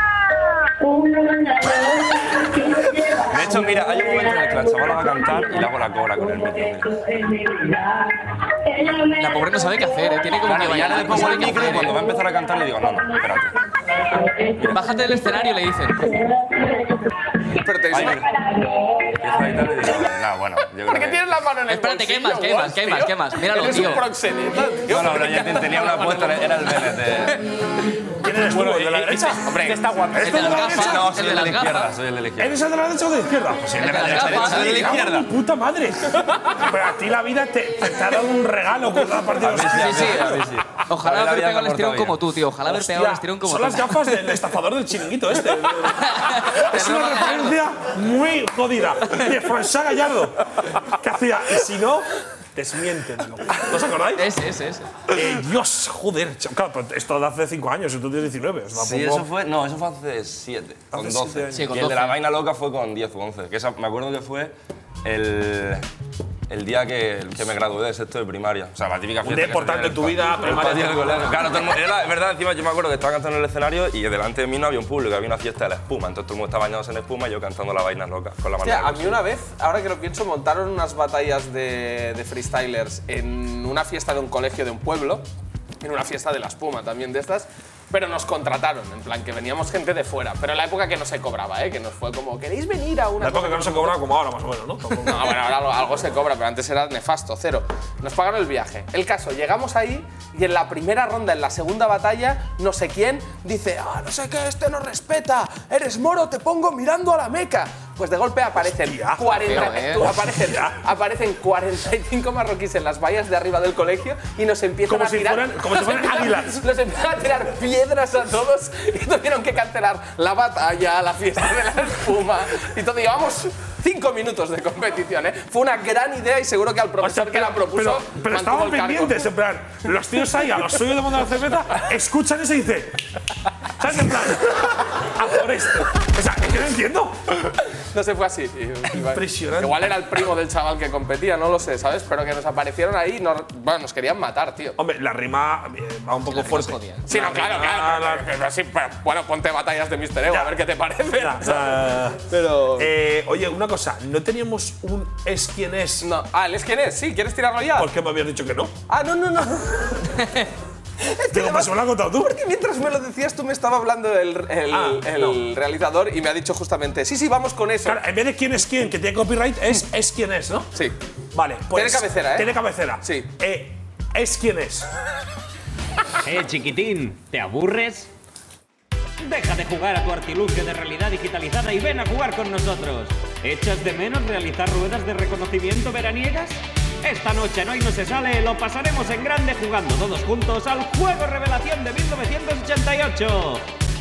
De hecho, mira, hay un momento en el que la chavala va a cantar y le hago la cobra con el micro. mira. La pobre no sabe qué hacer, ¿eh? Tiene como Claro, que y ya bailar. le pongo el no sabe qué micro y hacer, cuando va a ¿eh? empezar a cantar le digo, no, no, espérate. Bájate del escenario, le dicen. Pero te Ay, mira. Empieza a editar y digo, no, bueno, yo creo ¿Por qué que… tienes la mano en el Espérate, ¿qué bolsillo, más, qué más, Wolf, qué más, tío? qué más? Míralo, Eres tío. un proxeneta, tío. No, no, pero ya tenía una puesta, era el B N T. ¿Quién eres tú? ¿El de la derecha? Hombre, está guapo. El de las gafas, No, el soy de el de las la izquierda, gafas. soy el de la izquierda. ¿Eres el de la derecha o de la izquierda? Pues El de las gafas. soy el de la izquierda. ¡Puta madre! Pero a ti la vida te, te, te ha dado un regalo con la partida. A mí sí, Sí, sí. a mí sí. Ojalá A mí la haber vida pegado me el ha estirón portado como tú, tío. Ojalá haber Hostia, pegado el estirón como son tú. las gafas del estafador del chiringuito este. Es una roba referencia muy jodida de François Gallardo. Que hacía, y si no, desmiéntenlo. ¿No os acordáis? Ese, ese, ese. Eh, Dios, joder. ch- Claro, pero esto de hace cinco años y tú tienes diecinueve. O sea, Sí, tampoco- eso fue… No, eso fue hace siete, con Hace doce. siete años. Sí, con Y el de la doce. vaina loca fue con diez o once. Que esa, me acuerdo que fue el… El día que, que me gradué de sexto de primaria. O sea, la típica fiesta. día que importante se en tu hace vida, el primaria. patio del colegio. Claro, todo el mundo, era, es verdad, encima yo me acuerdo que estaba cantando en el escenario y delante de mí no había un público, había una fiesta de la espuma. Entonces todo el mundo estaba bañándose en espuma y yo cantando la vaina loca con la Hostia, mano. a mí una vez, ahora que lo pienso, montaron unas batallas de, de freestylers en una fiesta de un colegio de un pueblo, en una fiesta de la espuma también de estas, pero nos contrataron, en plan que veníamos gente de fuera, pero en la época que no se cobraba, ¿eh? Que nos fue como, ¿queréis venir a una La época cosa que no se con cobra como ahora, más o menos, ¿no? Tampoco- No, bueno, ahora algo, algo se cobra, pero antes era nefasto, cero. Nos pagaron el viaje. El caso, llegamos ahí y en la primera ronda, en la segunda batalla, no sé quién dice, ah, no sé qué, este no respeta, eres moro, te pongo mirando a la Meca. Pues de golpe aparecen, Hostia, cuarenta, feo, ¿eh? tú, aparecen, aparecen cuarenta y cinco marroquíes en las vallas de arriba del colegio y nos empiezan Como a si tirar… fueran- como si fueran nos empiezan- águilas. Nos empiezan a tirar piedras piedras a todos y tuvieron que cancelar la batalla, la fiesta de la espuma y todo. Llevamos cinco minutos de competición, ¿eh? Fue una gran idea y seguro que al profesor O sea, que la propuso Pero, pero mantuvo estaban el cargo. pendientes, en plan, los tíos ahí a los suyos de Mundo de la Cerveza escuchan eso y dicen, ¿sabes? En plan, a por esto. O sea, es que no entiendo. No se fue así. Impresionante. Igual era el primo del chaval que competía, no lo sé, ¿sabes? Pero que nos aparecieron ahí y nos, bueno, nos querían matar, tío. Hombre, la rima eh, va un poco fuerte. Sí, no, claro, claro. la- pero- pero sí, pero, bueno, ponte batallas de mister Ego, Ya. a ver qué te parece. Ya, ya. Pero. Eh, oye, una cosa, ¿no teníamos un es quien es? No. Ah, ¿el es quién es? Sí, ¿quieres tirarlo ya? ¿Por qué me habías dicho que no? Ah, no, no, no. Digo, pues me lo has contado tú. Porque mientras me lo decías, tú me estaba hablando el, el, Ah, el realizador y me ha dicho justamente, sí, sí, vamos con eso. Claro, en vez de quién es quién, que tiene copyright, es es quien es, ¿no? Sí. Vale, pues. Tiene cabecera, ¿eh? Tiene cabecera. Sí. Eh, es quien es. Eh, chiquitín, ¿te aburres? Deja de jugar a tu artilugio de realidad digitalizada y ven a jugar con nosotros. ¿Echas de menos realizar ruedas de reconocimiento veraniegas? Esta noche en Hoy No Se Sale lo pasaremos en grande jugando todos juntos al Juego Revelación de mil novecientos ochenta y ocho.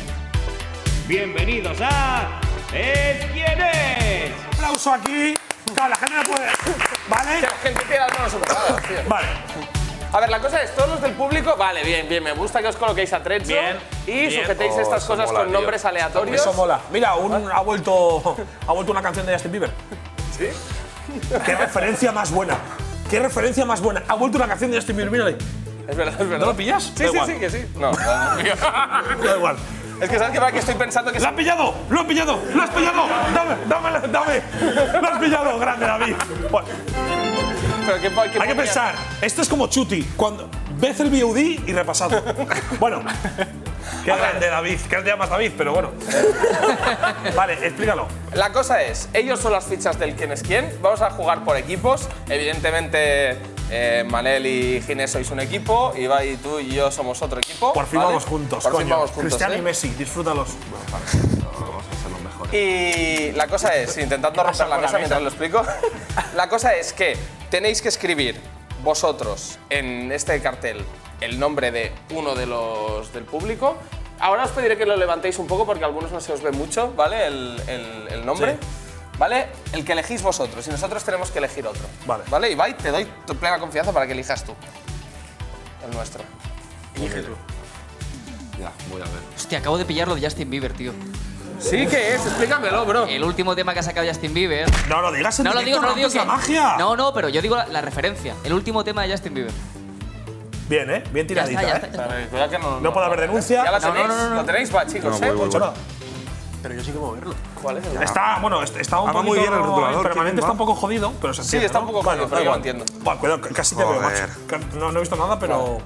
Bienvenidos a ¿Es quién es? Aplauso aquí. Claro, la gente no puede. ¿Vale? Que la gente tiene las manos ocupadas, tío. Vale. A ver, la cosa es, todos los del público, vale, bien, bien, me gusta que os coloquéis a Trecho Bien, y bien. sujetéis Oh, estas eso cosas mola, con tío. nombres aleatorios. Eso mola. Mira, un, ha vuelto ha vuelto una canción de Justin Bieber. ¿Sí? Qué referencia más buena. Qué referencia más buena. Ha vuelto una canción de Justin Bieber, mírale. Es verdad, es verdad. ¿No lo pillas? Sí, Da sí, igual. sí, que sí. No, no. Da igual. Es que sabes que, que estoy pensando que... ¡Lo has pillado! ¡Lo has pillado! ¡Lo has pillado! ¡Dame! ¡Dame! ¡Dame! ¡Lo has pillado! ¡Grande, David! Bueno, Pero ¿qué, qué hay que ponía? pensar. Esto es como Chuti. Cuando ves el V O D y repasado. Bueno. Qué grande, David. ¿Qué te llamas David? Pero bueno. Vale, explícalo. La cosa es, ellos son las fichas del quién es quién. Vamos a jugar por equipos. Evidentemente, eh, Manel y Ginés sois un equipo. Ibai y tú y yo somos otro equipo. Por fin ¿vale? vamos juntos, Por fin coño. vamos juntos, Cristiano ¿eh? y Messi, disfrútalos. Vamos a ser los mejores. Y la cosa es, intentando romper la con la mesa mientras mesa? lo explico, la cosa es que tenéis que escribir vosotros en este cartel el nombre de uno de los del público. Ahora os pediré que lo levantéis un poco porque a algunos no se os ve mucho, ¿vale? El, el- el nombre. Sí. ¿Vale? El que elegís vosotros y nosotros tenemos que elegir otro. Vale. ¿Vale? Ibai, te doy tu plena confianza para que elijas tú. El nuestro. Elige tú. Ya, voy a ver. Hostia, acabo de pillar lo de Justin Bieber, tío. ¿Sí? ¿Qué es? Explícamelo, bro. El último tema que ha sacado Justin Bieber. No lo digas en No lo directo, digo, no lo digo rompes que. la magia. No, no, pero yo digo la, la referencia. El último tema de Justin Bieber. Bien, ¿eh? Bien Ya tiradita, está, ya ¿eh? está. ya está. Pero cuidado que no, No puede haber denuncia. ¿Ya la No, no, tenéis? no, no, no. ¿Lo tenéis? Va, chicos, No, ¿eh? voy, voy, Hecho nada. Pero yo sí que moverlo. ¿Cuál es el Está, bueno, est- está un Ah, va poquito… muy bien el rotulador, el permanente qué bien está va. un poco jodido, pero se Sí, entiende, está un ¿no? poco jodido, Bueno, pero da yo lo igual. entiendo. Bueno, cuidado, que casi te veo, Joder. macho. Que No, no he visto nada, pero…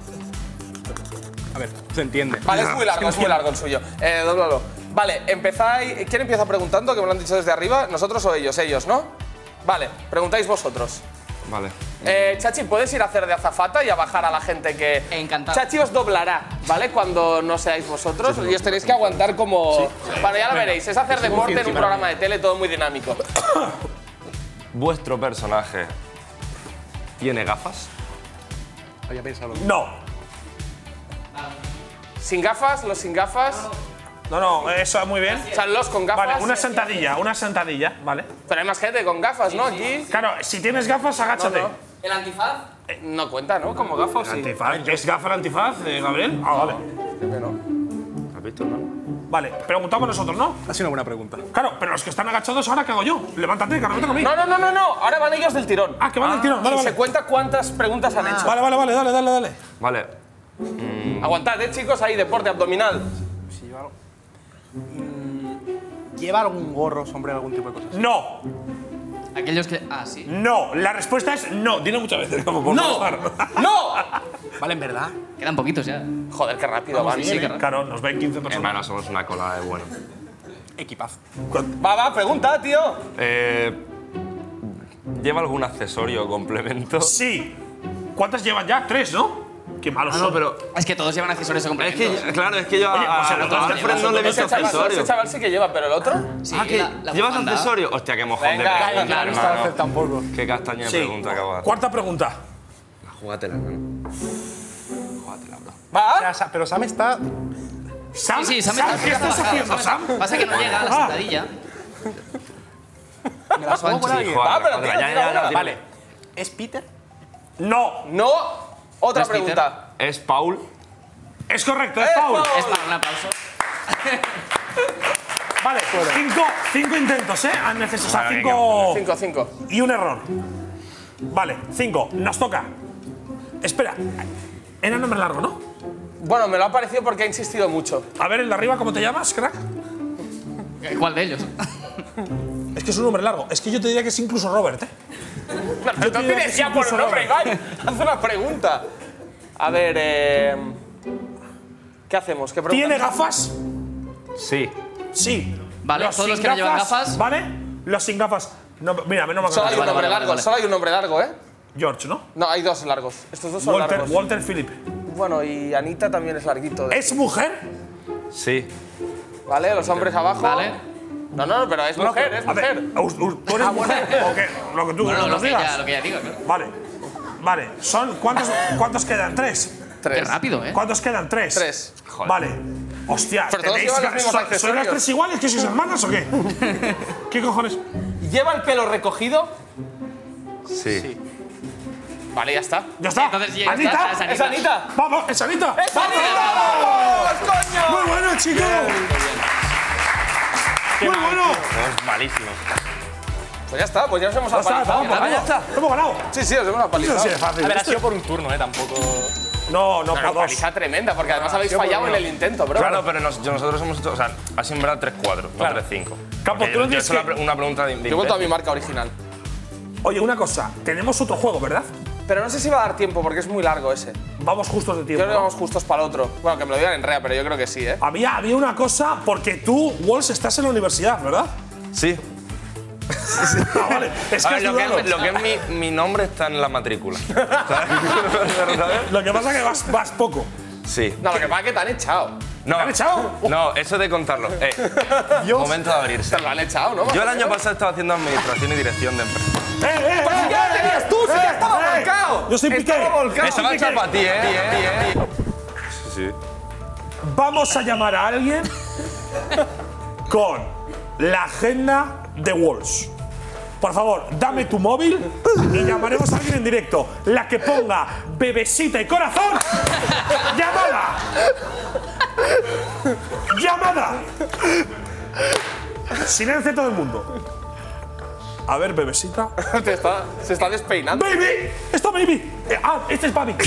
A ver, se entiende. Vale, es muy largo, es muy largo el suyo. Eh, dóblalo. Vale, empezáis. ¿Quién empieza preguntando? Que me lo han dicho desde arriba. ¿Nosotros o ellos? Ellos, ¿no? Vale, preguntáis vosotros. Vale. Eh, Chachi, ¿puedes ir a hacer de azafata y a bajar a la gente que. Encantado. Chachi os doblará, ¿vale? Cuando no seáis vosotros. y os tenéis que aguantar como. Bueno, ya lo veréis. Es hacer deporte en un programa de tele, todo muy dinámico. ¿Vuestro personaje tiene gafas? Había pensado. No. Sin gafas, los sin gafas. No, no, eso muy bien. O sea, los con gafas. Vale, una sentadilla, una sentadilla, ¿vale? Pero hay más gente con gafas, ¿no? Aquí. Claro, si tienes gafas, agáchate. No, no. ¿El antifaz? Eh, no cuenta, ¿no? Como gafas, sí. Antifaz. ¿Es gafa el antifaz, eh, Gabriel? Ah, vale. ¿Has visto, hermano? Vale, preguntamos nosotros, ¿no? Ha sido una buena pregunta. Claro, pero los que están agachados ahora, ¿qué hago yo? Levántate, que ahora me toca a mí. No, no, no, no, no. Ahora van ellos del tirón. Ah, que van del tirón, vale, y vale. se cuenta cuántas preguntas han hecho. Vale, vale, vale, dale, dale, dale. Vale. Aguantad, eh, chicos, ahí, deporte abdominal. Si lleva algo. Mm, ¿Lleva algún gorro, sombrero, algún tipo de cosas? No, Aquellos que. Ah, sí. no. La respuesta es no. Dilo muchas veces, como por ¡No! molestar. ¡No! Vale, en verdad. Quedan poquitos ya. Joder, qué rápido van. sí, sí, claro. Claro, nos ven quince personas. Hermano, somos una cola de bueno. Equipazo. Va, va, pregunta, tío. Eh, ¿Lleva algún accesorio o complemento? Sí. ¿Cuántas llevan ya? Tres, ¿no? Qué malos Ah, son. no, pero. Es que todos llevan accesorios o Es complementos. que, claro, es que yo Oye, a, pues el a- otro a está Alfred no le he visto Ese chaval, ese accesorios. chaval sí que lleva, pero el otro. Sí, Ah, que la- la ¿llevas bufanda. accesorios? Hostia, qué mojón Venga, de pregunta, venga, No está hermano. tampoco. Qué castaña de Sí. pregunta acabo de hacer. Cuarta pregunta. Júgatela, hermano. Júgatela, bro. Va. O sea, Sa- pero Sam está Sam, Sí, sí, Sam, Sam, está- ¿qué está estás bajado, haciendo, Sam? Sam? Pasa que no llega a la Ah. sentadilla. Me la suelto. Sí, joder, Ah, pero joder, tira, ya, tira ya, una. ya, Vale. ¿Es Peter? No, No. Otra ¿Es Peter? pregunta. Es Paul. es correcto, es ¡Eh, Paul. Paul! Es para un aplauso. Vale, cinco, cinco intentos, ¿eh? Han necesitado, o sea, Vale, cinco Cinco, cinco. y un error. Vale, cinco. Nos toca. Espera, era nombre largo, ¿no? Bueno, me lo ha parecido porque ha insistido mucho. A ver, el de arriba, ¿cómo te llamas, crack? ¿Cuál de ellos? Es que es un nombre largo. Es que yo te diría que es incluso Robert, ¿eh? No, Yo no te diría tienes que ya sí, por incluso nombre, Robert. Ibai. Haz una pregunta. A ver, eh, ¿qué hacemos? ¿Qué pregunta? ¿Tiene gafas? Sí. Sí. Vale, todos sin los que no llevan gafas. ¿Vale? Los sin gafas. No, mira, menos mal que Solo no hay un vale, nombre vale, largo, vale. solo hay un nombre largo, ¿eh? George, ¿no? No, hay dos largos. Estos dos son Walter, largos. Walter Philip. Bueno, y Anita también es larguito. de- ¿Es mujer? Sí. ¿Vale? Los hombres abajo. Vale. No, no, pero es mujer, es A ver, mujer. us- us- ¿tú eres Ah, bueno. mujer? ¿O qué? Lo que tú Bueno, nos lo que, digas. ya, lo que ya digo, claro. Vale. Vale. Son, ¿cuántos, ¿Cuántos quedan? ¿Tres? Qué Tres. rápido, ¿eh? ¿Cuántos quedan? ¿Tres? Tres. Vale. Hostia, Pero todos ¿tenéis llevan los ga- mismos so- ¿sois las accesorios. tres iguales? ¿Que sois hermanas o qué? ¿Qué cojones? ¿Lleva el pelo recogido? Sí. Vale, ya está. Ya está. Entonces ya ¿Anita? está, es Anita. ¡Es Anita! Vamos, es Anita. ¡Es Anita! ¡Vamos, coño! Muy bueno, chicos. Muy bueno. Es malísimo. Pues ya está, pues ya nos hemos Ya está, apalizado. vamos, Ya está. vamos. Hemos ganado. Sí, sí, os hemos apalizado. Eso sí es fácil. A ver, ha Esto- sido por un turno, ¿eh? Tampoco. No, no, No, no, por dos. paliza tremenda, porque además habéis sí, por fallado en uno. el intento, bro. Claro, pero nos- yo- nosotros hemos hecho. O sea, ha sido en verdad tres cuatro, no tres cinco. Campo, Porque tú no yo he tienes hecho la que- pre- una pregunta de. de Yo he vuelto a mi imbécil. marca original. Oye, una cosa. Tenemos otro juego, ¿verdad? Pero no sé si va a dar tiempo, porque es muy largo ese. Vamos justos de Yo tiempo. creo que vamos justos para el otro. Bueno, que me lo digan en rea, pero yo creo que sí, ¿eh? Había, había una cosa, porque tú, Walls, estás en la universidad, ¿verdad? Sí. Ah, vale. Es A que ver, has lo que, dudado. es, lo que es mi, mi nombre está en la matrícula. ¿Sabes? Lo que pasa es que vas, vas poco. Sí. No, lo que pasa es que te han echado. No, ¿Te han echado? no, eso de contarlo. Eh, momento de abrirse. Te lo han echado, ¿no? Yo el año pasado estaba haciendo administración y dirección de empresa. ¡Eh, eh! ¡Pero si ya lo tenías tú! ¡Si ya estaba volcado! Yo soy Piqué. Estaba volcado. Eso me ha hecho para ti, ¿eh? Sí, eh, eh. Sí, sí. Vamos a llamar a alguien con la agenda de Walls. Por favor, dame tu móvil y llamaremos a alguien en directo. La que ponga bebesita y corazón. ¡Llamada! ¡Llamada! Silencio todo el mundo. A ver, bebesita. Te está- se está despeinando. ¡Baby! ¡Está Baby! Eh, ah, este es Baby.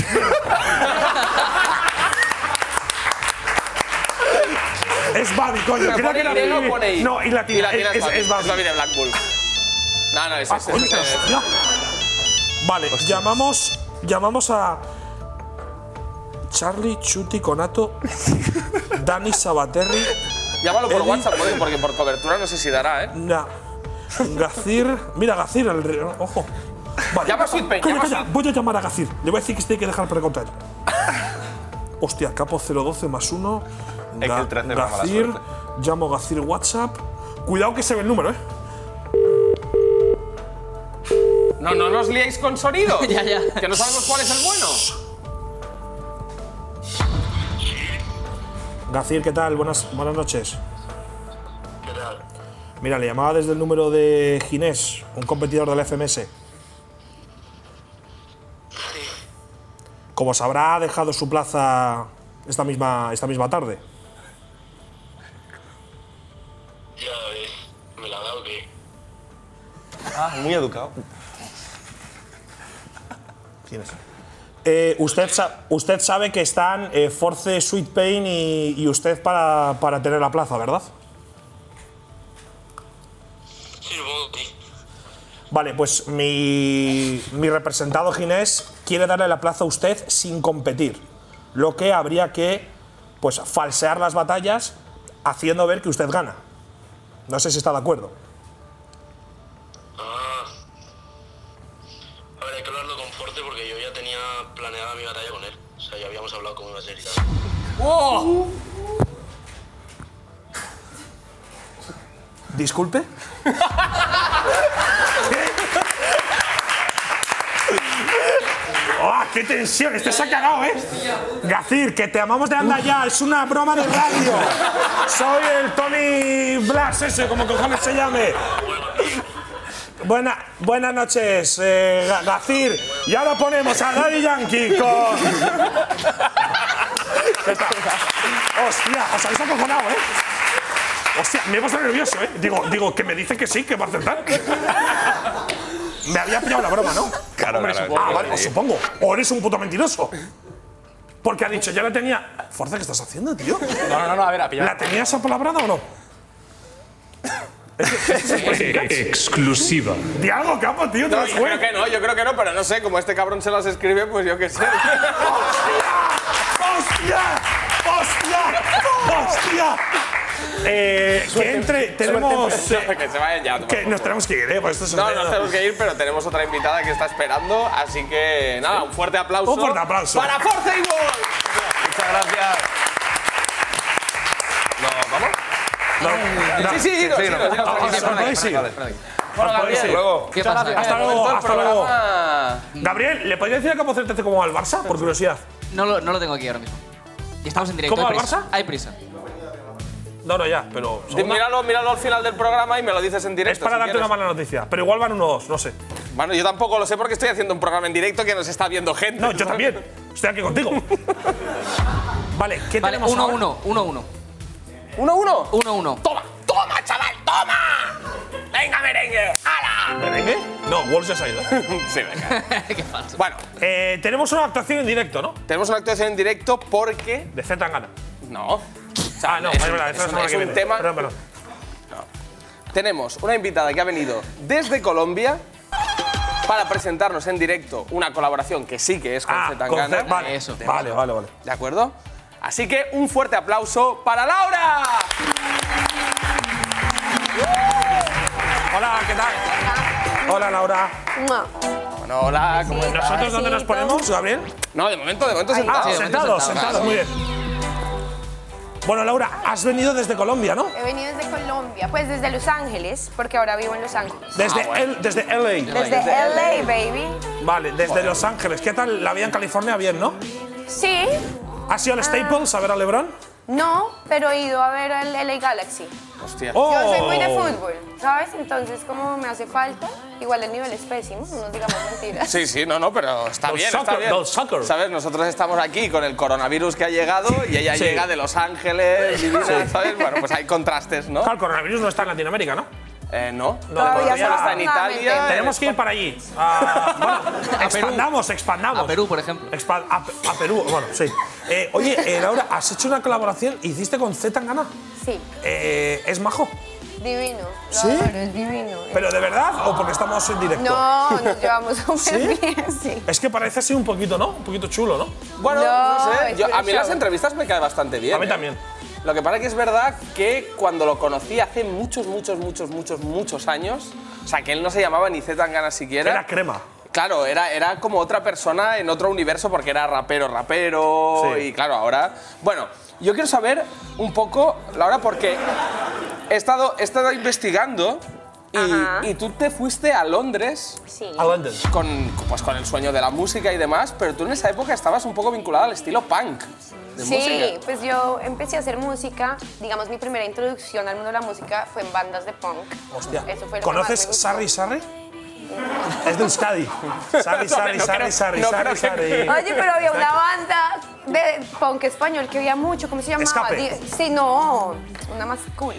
Es Baby, coño. Pero Creo pone que era Y o Baby. pone I. No, y latina. Y latina es, es, es Baby. Es Baby de Black Bull. No, no, es Ah, ese. coño, es ese. hostia. Vale, llamamos, llamamos a Charlie, Chuti, Conato, Dani, Sabaterri, Llámalo por Eddie. WhatsApp, porque- porque por cobertura no sé si dará, ¿eh? Na, Gacir. Mira, Gacir, el re- ojo. Vale. Llama a Sweet Pain, Coño, llama a calla, Sweet- voy a llamar a Gacir. Le voy a decir que se tiene que dejar precontar. Hostia, capo cero doce más uno. Es que el trece es la mala Gacir, suerte. llamo a Gacir WhatsApp. Cuidado que se ve el número, ¿eh? No, no nos liéis con sonido. Ya, ya. Que no sabemos cuál es el bueno. Gacir, ¿qué tal? Buenas, buenas noches. Mira, le llamaba desde el número de Ginés, un competidor del F M S. Como sabrá, ha dejado su plaza esta misma, esta misma tarde. Ya ves, me la ha dado que. Ah, muy educado. ¿Quién es? Eh, usted, sa- usted sabe que están eh, Force, Sweet Pain y, y usted para, para tener la plaza, ¿verdad? Sí, supongo que sí. Vale, pues mi, mi representado Ginés quiere darle la plaza a usted sin competir. Lo que habría que pues, falsear las batallas haciendo ver que usted gana. No sé si está de acuerdo. Ah. A ver, hay que hablarlo con Forte porque yo ya tenía planeada mi batalla con él. O sea, ya habíamos hablado cómo iba a ser y tal. ¡Oh! ¿Disculpe? qué tensión! Este se ha cagado, ¿eh? Gacir, que te amamos de anda ya, es una broma de radio. Soy el Tony Blas, ese, como cojones se llame. Buena, buenas noches, eh, Gacir. Y ahora ponemos a Daddy Yankee con. Hostia, os habéis acojonado, ¿eh? Hostia, me he puesto nervioso, ¿eh? Digo, digo, que me dice que sí, que va a acertar. Me había pillado la broma, ¿no? Claro, Hombre, claro, supongo. Ah, sí, vale, sí. os supongo. O eres un puto mentiroso. Porque ha dicho, ya la tenía. Forza, ¿qué estás haciendo, tío? No, no, no, a ver, a pillar. ¿La tenías apalabrada o no? Exclusiva. Di algo, capo, tío. Te No, lo yo creo que no, yo creo que no, pero no sé, como este cabrón se las escribe, pues yo qué sé. ¡Hostia! ¡Hostia! ¡Hostia! Eh, que entre, tenemos. Suerte, que se vayan ya. Que nos tenemos que ir, ¿eh? Pues esto es No, un- nos tenemos que ir, pero tenemos otra invitada que está esperando, así que nada, un fuerte aplauso. Un fuerte aplauso. ¡Para Forza y Gol! Muchas gracias. ¿No, vamos? No, Sí, sí, sí, sí, sí, no, sí, ah, sí, os podéis ir. Bueno, Os podéis Gabriel, ir. Luego. ¿Qué pasa? Hasta luego, momento del hasta luego. programa. Gabriel, ¿le podrías decir a Capo Certece cómo va el Barça? Por curiosidad. No lo, no lo tengo aquí ahora mismo. Y estamos en directo. ¿Cómo hay va el prisa. Barça? Hay prisa. No, no, ya, pero. Sí, míralo, míralo al final del programa y me lo dices en directo. Es para si darte quieres. una mala noticia, pero igual van uno dos, no sé. Bueno, yo tampoco lo sé porque estoy haciendo un programa en directo que nos está viendo gente. No, yo también. Estoy aquí contigo. Vale, ¿qué Vale, tenemos uno, ahora? uno, uno, uno. ¿Uno, uno? Uno, uno. ¡Toma! ¡Toma, chaval! ¡Toma! ¡Venga, merengue! ¡Hala! ¿Merengue? No, Wolves ya se ha ido. Sí, venga. Qué falso. Bueno, Eh, tenemos una actuación en directo, ¿no? tenemos una actuación en directo porque. De Z Tangana. No. Ah, no, es, es verdad, es esa es un, la es que un viene. tema. Perdón, perdón. Tenemos una invitada que ha venido desde Colombia para presentarnos en directo una colaboración que sí que es con Ah, Z con Tangana. Z- vale, Eso. Vale, vale, vale. ¿De acuerdo? Así que un fuerte aplauso para Laura. Hola, ¿qué tal? Hola, Laura. Bueno, hola, ¿cómo estás? ¿Nosotros dónde nos ponemos, Gabriel? No, de momento, de momento Ah, sentados. sí, sentados, sentados. sentados, muy bien. Bueno, Laura, has venido desde Colombia, ¿no? He venido desde Colombia, pues desde Los Ángeles, porque ahora vivo en Los Ángeles. Desde, Ah, bueno. el, desde L A. Desde L A, baby. Vale, desde Los Ángeles. ¿Qué tal la vida en California? Bien, ¿no? Sí, ¿Has ido al Staples a ver a LeBron? no, pero he ido a ver el L A Galaxy. Hostia. ¡Oh! Yo soy muy de fútbol, ¿sabes? Entonces, como me hace falta, igual el nivel es pésimo, no nos digamos mentiras. Sí, sí, no, no, pero está Del bien, soccer, está bien. del soccer. ¿Sabes? Nosotros estamos aquí con el coronavirus que ha llegado y ella Sí. llega de Los Ángeles, divina, ¿sabes? Bueno, pues hay contrastes, ¿no? Claro, el coronavirus no está en Latinoamérica, ¿no? Eh, no, No, no, todavía solo no. está en Italia. Tenemos que ir para allí. Ah, bueno, expandamos, expandamos. A Perú, por ejemplo. Expa- a, a Perú, bueno, sí. Eh, oye, eh, Laura, ¿has hecho una colaboración? ¿Hiciste con Z Tangana? Sí, Eh, ¿Es majo? divino. Lo ¿Sí? adoro, es divino. ¿Pero de verdad o porque estamos en directo? No, nos llevamos súper ¿Sí? bien, sí. Es que parece así un poquito, ¿no? Un poquito chulo, ¿no? Bueno, no, No, sé. es Yo- a puro mí las show. entrevistas me caen bastante bien. A mí ¿eh? también. Lo que pasa es que es verdad que cuando lo conocí hace muchos, muchos, muchos, muchos, muchos años, o sea, que él no se llamaba ni Z Tangana siquiera. Era crema. Claro, era, era como otra persona en otro universo porque era rapero, rapero. Sí. Y claro, ahora. Bueno, yo quiero saber un poco, Laura, porque he estado, he estado investigando Ajá. y, y tú te fuiste a Londres Sí. A London. con, pues, con el sueño de la música y demás, pero tú en esa época estabas un poco vinculada al estilo punk. De Sí, música. pues yo empecé a hacer música, digamos mi primera introducción al mundo de la música fue en bandas de punk. Hostia. Eso fue lo ¿Conoces que más me gustó. Sarri Sarri? Es de Euskadi. Sarri, Sarri, no Sarri, creo- Sarri, no Sarri, creo que- Sarri. Oye, pero había una banda de punk español que había mucho, ¿cómo se llamaba? Escape. Di- Sí, no, una más cool.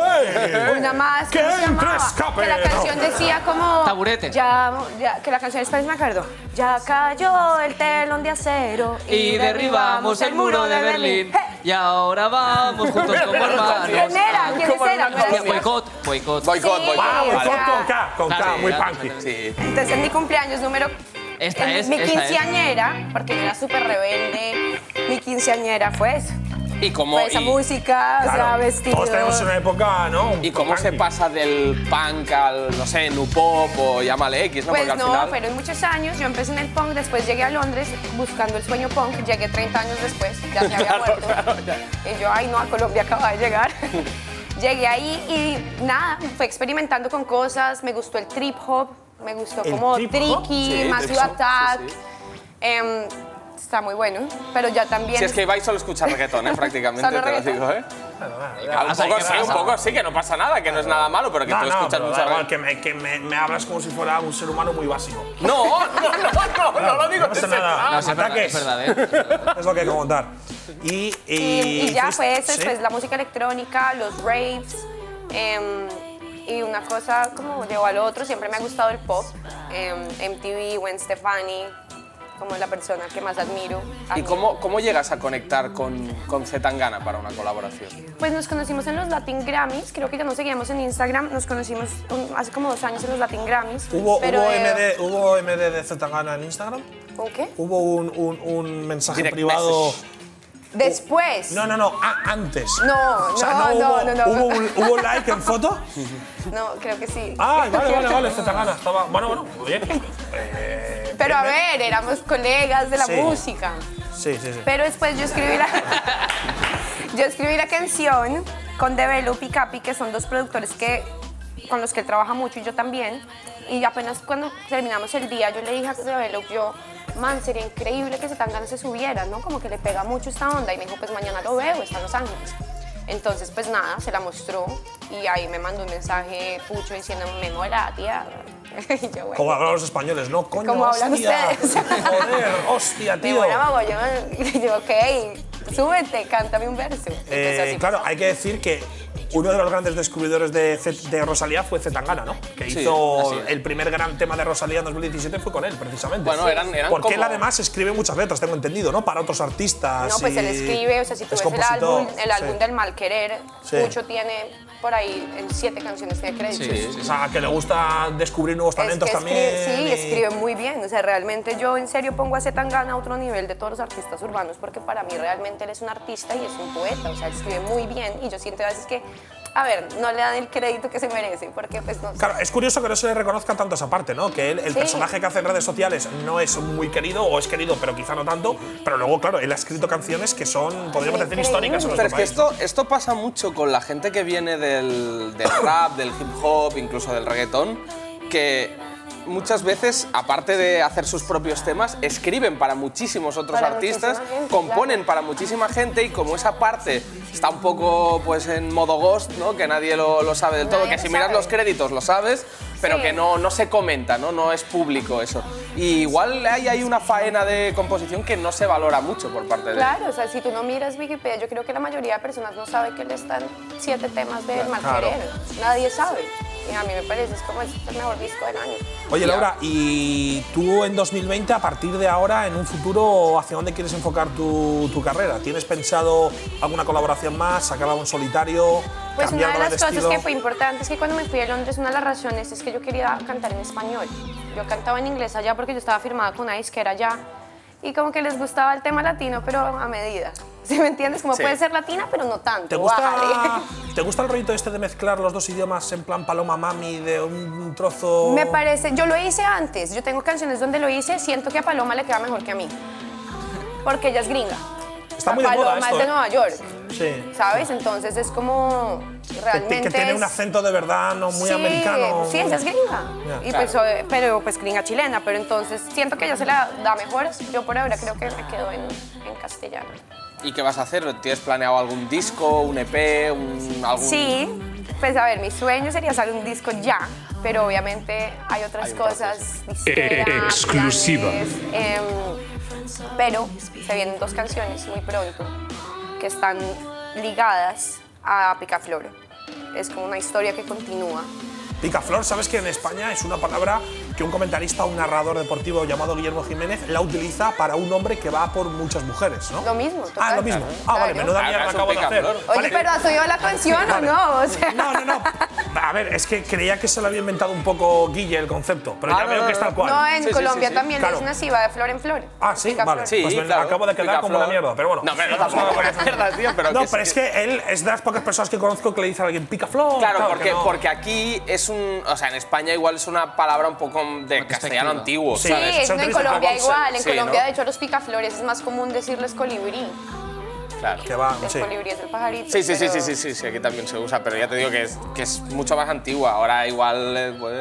¡Uy! Una más, ¡Que ¿cómo se entre llamaba? escape! Que la No. canción decía como... Taburete. Ya, ya, que la canción español me acuerdo. Ya cayó el telón de acero Y derribamos el muro de Berlín. ¡Eh! Y ahora vamos juntos como hermanos. ¿Quién era? ¿Quiénes ¿Cómo eran? era? ¿No era Hostia, boicot, boicot. Boicot, Sí. boicot. Ah, Vale. boicot con K, con K, Claro, muy claro, punky. Sí. Entonces en mi cumpleaños número... Esta en es, mi esta es. quinceañera, porque yo era súper rebelde, mi quinceañera fue eso. ¿Y cómo, Fue esa y- música, o sea, Claro, vestido... todos tenemos una época, ¿no? ¿Y cómo se pasa del punk al, no sé, nu pop o llámale X, no? Pues Porque al no, final. pero en muchos años yo empecé en el punk, después llegué a Londres buscando el sueño punk, llegué treinta años después, ya me había Claro, muerto. claro, ya. Y yo, ay no, a Colombia acaba de llegar. Llegué ahí y nada, fue experimentando con cosas, me gustó el trip hop, me gustó ¿El como trip hop? Tricky, Sí, Massive trip hop, Attack. sí, sí. Em, está muy bueno, pero ya también... Si es que Ibai solo escucha reggaetón, ¿eh? Prácticamente, ¿Solo te lo reggaetón? digo, ¿eh? Un poco sí, un poco sí, que no pasa nada, que no es nada malo, pero que no, tú no, escuchas pero mucho da igual, reggaetón. que, me, que me, me hablas como si fuera un ser humano muy básico. No, no, no, no, no lo digo No de pasa ese nada. plan. No, es verdad, Ataques. es verdad, ¿eh? Es lo que hay que contar. Y, y, Y, y ya fuiste- fue eso, ¿sí? después la música electrónica, los raves, em, y una cosa como llevó al otro, siempre me ha gustado el pop, em, M T V, Gwen Stefani, como la persona que más admiro. ¿Y cómo, cómo llegas a conectar con, con Zetangana para una colaboración? Pues nos conocimos en los Latin Grammys, creo que ya nos seguíamos en Instagram, nos conocimos un- hace como dos años en los Latin Grammys. ¿Hubo, pero, hubo, eh, M D, ¿Hubo M D de Zetangana en Instagram? ¿Un qué? ¿Hubo un, un, un mensaje Direct privado? message. Después. No, no, no, a- antes. No, O sea, no, hubo, no, no, no. ¿hubo, un- ¿Hubo like en foto? No, creo que sí. Ah, vale, vale, vale, Zetangana. Estaba, bueno, bueno, bien. Eh, Pero a bien, bien. ver, éramos colegas de la Sí. música. Sí, sí, sí. Pero después yo escribí la, yo escribí la canción con Develop y Capi, que son dos productores que, con los que él trabaja mucho y yo también. Y apenas cuando terminamos el día, yo le dije a Develop, yo, man, sería increíble que Zetangana se subiera, ¿no? Como que le pega mucho esta onda. Y me dijo, pues mañana lo veo, está en Los Ángeles. Entonces, pues nada, se la mostró y ahí me mandó un mensaje Pucho diciendo, me mola, tía. Y yo, bueno. Como hablan los españoles, ¿no? Coño, Como hablan hostia. ustedes. Joder, hostia, Me tío. mola mogollón. Y yo, ok, súbete, cántame un verso. Entonces, Eh, así claro, pasó. hay que decir que uno de los grandes descubridores de, Z- de Rosalía fue Zetangana, ¿no? Que Sí, hizo así es. el primer gran tema de Rosalía en dos mil diecisiete fue con él, precisamente. Bueno, eran- eran Porque él como- además escribe muchas letras, tengo entendido, ¿no? Para otros artistas. No, pues y él escribe, o sea, si tú es ves el compositor, álbum, el álbum sí. del Mal Querer, Sí. Pucho tiene por ahí en siete canciones tiene créditos. O sea, que le gusta descubrir nuevos Es talentos que también. escribe, sí, y- escribe muy bien. O sea, realmente yo en serio pongo a Zetangana a otro nivel de todos los artistas urbanos porque para mí realmente él es un artista y es un poeta. O sea, él escribe muy bien y yo siento a veces que, a ver, no le dan el crédito que se merece porque pues no sé. Claro, es curioso que no se le reconozca tanto esa parte, ¿no? Que él, el Sí. personaje que hace en redes sociales no es muy querido, o es querido, pero quizá no tanto. Pero luego, claro, él ha escrito canciones que son, podríamos decir, históricas en Pero nuestro es que país. esto, esto pasa mucho con la gente que viene del, del rap, del hip hop, incluso del reggaetón, que muchas veces, aparte de hacer sus propios temas, escriben para muchísimos otros Para artistas, muchísima gente, componen claro. para muchísima gente y como esa parte está un poco pues en modo ghost, ¿no? Que nadie lo, lo sabe del todo, Nadie que si lo miras sabe. los créditos lo sabes, pero Sí. que no, no se comenta, ¿no? No es público eso. Y igual hay, hay una faena de composición que no se valora mucho por parte de Claro, o sea, si tú no miras Wikipedia, yo creo que la mayoría de personas no sabe que le están siete temas de Mal Claro. Querer. Nadie sabe. Y a mí me parece, es como es el mejor disco del año. Oye, Laura, ¿y tú en dos mil veinte, a partir de ahora, en un futuro, hacia dónde quieres enfocar tu, tu carrera? ¿Tienes pensado alguna colaboración más, sacar algo en solitario, Pues cambiar una de algo las de cosas estilo? que fue importante es que cuando me fui a Londres, una de las razones es que yo quería cantar en español. Yo cantaba en inglés allá porque yo estaba firmada con una disquera allá y como que les gustaba el tema latino, pero a medida. ¿Sí me entiendes? Como Sí. puede ser latina, pero no tanto. ¿Te gusta, Bájale. ¿Te gusta el rollito este de mezclar los dos idiomas en plan paloma mami de un trozo? Me parece, yo lo hice antes, yo tengo canciones donde lo hice, siento que a Paloma le queda mejor que a mí, porque ella es gringa. Está muy de moda Paloma esto, es de ¿eh? Nueva York, Sí. ¿sabes? Entonces es como Que, realmente que tiene es- un acento de verdad, no muy sí, americano. Sí, ella es gringa, Ya. y pues, eh, pero pues gringa chilena, pero entonces siento que ella se la da mejor, yo por ahora creo que me quedo en, en castellano. ¿Y qué vas a hacer? ¿Tienes planeado algún disco, un E P, un, algún...? Sí, pues a ver, mi sueño sería hacer un disco ya, pero obviamente hay otras Hay un cosas, disquera, Exclusiva. planes, em, pero se vienen dos canciones muy pronto que están ligadas a Picaflor. Es como una historia que continúa. Picaflor, sabes que en España es una palabra que un comentarista o un narrador deportivo llamado Guillermo Jiménez la utiliza para un hombre que va por muchas mujeres, ¿no? Lo mismo. Ah, total. lo mismo. Ah, vale, Claro. menuda Ah, mierda es un acabo de hacer. picaflor. Oye, Vale. pero ¿has oído la canción Vale. o no? O sea, No, no, no. A ver, es que creía que se lo había inventado un poco Guille el concepto, pero Ah, ya no, veo no, que es no. tal cual. no, en Sí, sí, Colombia sí, sí. también Claro. es una va de flor en flor. Ah, sí, Picaflor. vale. Sí, Pues me claro, acabo de quedar como una Picaflor. mierda, pero bueno. No, pero no tampoco buena mierda, tío, pero No, que pero es que él es de las pocas personas que conozco que le dice a alguien Picaflor. Claro, que porque, no. porque aquí es un... O sea, en España igual es una palabra un poco de castellano antiguo, Sí, ¿sabes? Sí, se no, en utiliza Colombia como- igual. En sí, Colombia, ¿no? de hecho, a los picaflores es más común decirles colibrí. Claro. Que va, El sí. colibrí es el pajarito. Sí, sí, sí, pero- sí, sí, sí, sí, aquí también se usa, pero ya te digo que es, que es mucho más antigua. Ahora igual, eh, pues, un-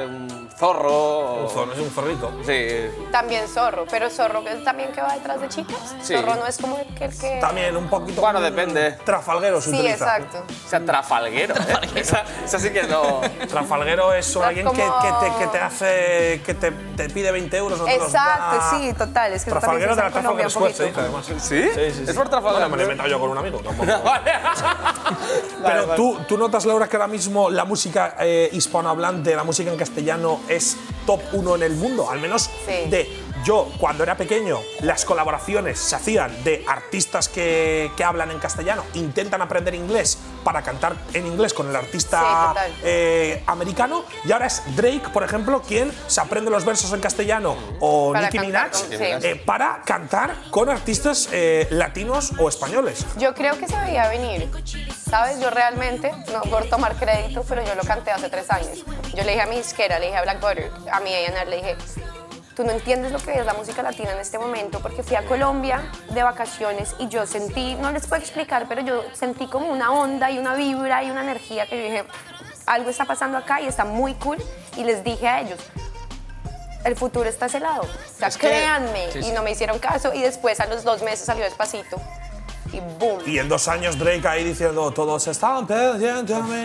zorro. Un zorro, es un zorrito. Sí. También zorro, pero zorro que es también que va detrás de chicas. Sí. Zorro no es como el que... El que... También un poquito. Bueno, depende. Trafalguero se Sí, utiliza. exacto. O sea, trafalguero. ¿eh? esa, esa sí que no. Trafalguero es No, alguien como- que, que, te, que te hace. que te, te pide veinte euros. No te los Exacto, da. sí, total. Es que Trafalguero de la Colombia Trafalgar un Square, se poquito. dice además. ¿Sí? Sí, sí, sí. Es por Trafalgar. Bueno, me lo he inventado yo con un amigo. Tampoco. Vale. Pero vale. ¿tú, tú notas, Laura, que ahora mismo la música eh, hispanohablante, la música en castellano, es top uno en el mundo. Al menos Sí. de yo, cuando era pequeño, las colaboraciones se hacían de artistas que, que hablan en castellano, intentan aprender inglés para cantar en inglés con el Sí, artista total. eh, americano. Y ahora es Drake, por ejemplo, quien se aprende los versos en castellano, o Para Nicki cantar Minaj, con- sí. eh, para cantar con artistas eh, latinos o españoles. Yo creo que se veía venir, ¿sabes? Yo realmente, no por tomar crédito, pero yo lo canté hace tres años. Yo le dije a mi disquera, le dije a Black Butter, a mi A and R, le dije, tú no entiendes lo que es la música latina en este momento, porque fui a Colombia de vacaciones y yo sentí, no les puedo explicar, pero yo sentí como una onda y una vibra y una energía que yo dije, algo está pasando acá y está muy cool. Y les dije a ellos, el futuro está a ese lado. O sea, Es que- créanme. sí, sí. Y no me hicieron caso. Y después, a los dos meses, salió Despacito. Y boom. Y en dos años Drake ahí diciendo todos están perdiéndome.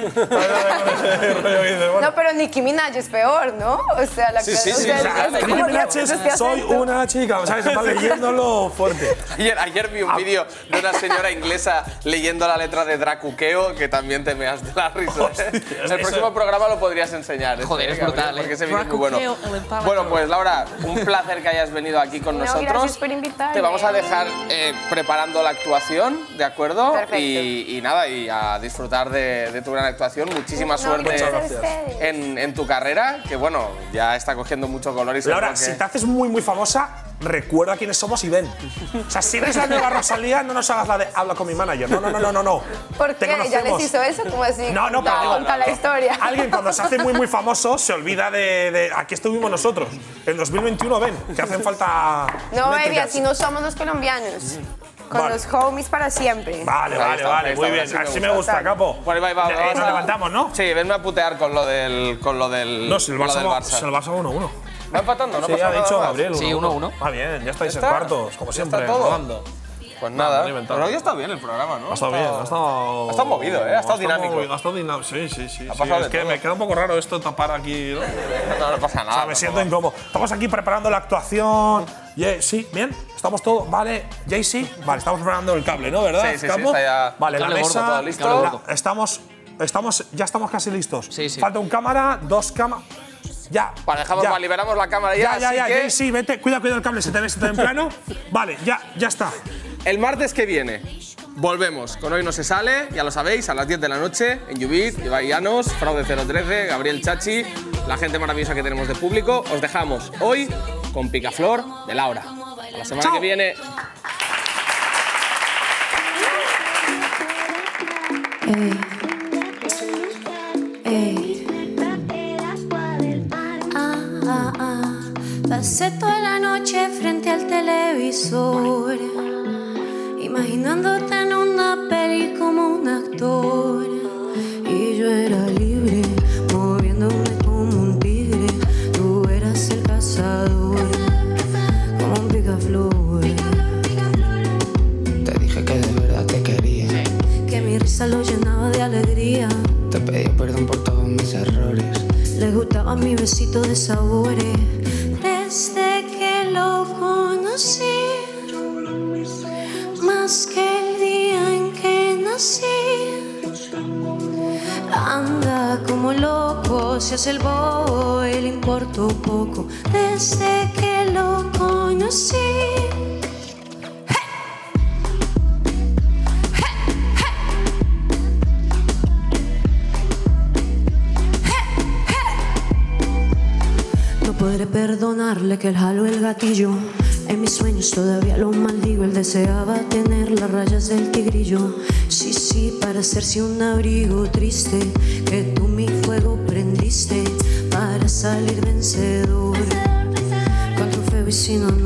No, pero Nicki Minaj es peor, ¿no? O sea, la Sí, que sí, o sí, sea, sí, es sí. como Nicki Minaj que- es, este soy acento. una chica, ¿sabes? Está leyéndolo fuerte. Ayer, ayer vi un vídeo de una señora inglesa leyendo la letra de Dracuqueo que también te meas de la risa. ¿eh? El eso- próximo programa lo podrías enseñar. Joder, ¿eh, es Gabriel? brutal, ¿eh? Porque ese vídeo es muy bueno. Dracuqueo, el empalago. Bueno, pues Laura, un placer que hayas venido aquí con No, nosotros. gracias por invitarme. Te vamos a dejar eh, preparando la actuación, ¿de acuerdo? Perfecto. Y, y nada, y a disfrutar de, de tu gran actuación. Muchísima No, suerte gracias a ustedes. en, en tu carrera, que bueno, ya está cogiendo mucho color y seguro Laura, que... si te haces muy, muy famosa, recuerda quiénes somos y ven. O sea, si eres la nueva Rosalía, no nos hagas la de habla con mi manager. No, no, no, no, no. no. ¿Por Te qué? ¿Ya les conocemos. hizo eso? ¿Cómo así? No, no, pero digo, Conta la historia. Alguien cuando se hace muy, muy famoso se olvida de, de aquí estuvimos nosotros. En dos mil veintiuno, ven, que hacen falta. No, baby, métricas. así no somos los colombianos. Con Vale. los homies para siempre. Vale, Ahí vale, está, vale, ahí muy está, bien. ahora sí me Así me gusta. gusta, capo. Bueno, va, va, Eh, vamos nos a- levantamos, ¿no? Sí, venme a putear con lo del. Con lo del No, si el con lo Barça del va- Barça. si el Barça uno uno. Va empatando, no Sí, pasa ha nada dicho más. Gabriel. Sí, uno uno. Ah, bien, ya estáis ¿Ya en está? cuartos, como ¿Ya siempre, está todo? rodando. Pues No, nada. me lo he inventado. Pero hoy está bien el programa, ¿no? Ha estado bien, ha estado. Ha estado movido, ¿eh? Ha estado dinámico. movido, Ha estado dinámico, sí, sí, sí. Ha sí. pasado Es de que todo. me queda un poco raro esto tapar aquí, ¿no? No, no pasa O nada. sea, me siento incómodo. Estamos aquí preparando la actuación. Yeah, sí, bien. Estamos todos. Vale, Jaycee. Vale, estamos preparando el cable, ¿no? ¿Verdad? Sí, sí, sí, Capo? está ya- Vale, la Cable gordo, mesa. todo listo. la- Cable gordo. estamos, estamos, ya estamos casi listos. Sí, sí. Falta un cámara, dos cámaras. Ya. Vale, dejamos, ya. va, liberamos la cámara ya. Ya, ya, así ya, que Jaycee, vete. Cuida, cuida el cable, se te ve, se te ve en plano. Vale, ya, ya está. el martes que viene volvemos con Hoy No Se Sale, ya lo sabéis, a las diez de la noche en Yubit, Ibai Llanos, Fraude cero trece, Gabriel Chachi, la gente maravillosa que tenemos de público. Os dejamos hoy con Picaflor de Laura. A la semana Chao. que viene. Ah, ah, pasé toda la noche frente al televisor, imaginándote en una peli como un actor. Y yo era libre, moviéndome como un tigre. Tú eras el cazador, como un picaflor. Te dije que de verdad te quería. Que mi risa lo llenaba de alegría. Te pedí perdón por todos mis errores. Le gustaba mi besito de sabores. Desde que lo conocí, más que el día en que nací. Anda como loco, se hace el bobo y le importó poco. Desde que lo conocí. No podré perdonarle que él jaló el gatillo. En mis sueños todavía lo maldigo. Él deseaba tener las rayas del tigrillo. Sí, sí, para hacerse un abrigo triste. Que tú mi fuego prendiste para salir vencedor. Contra un feo y si no, no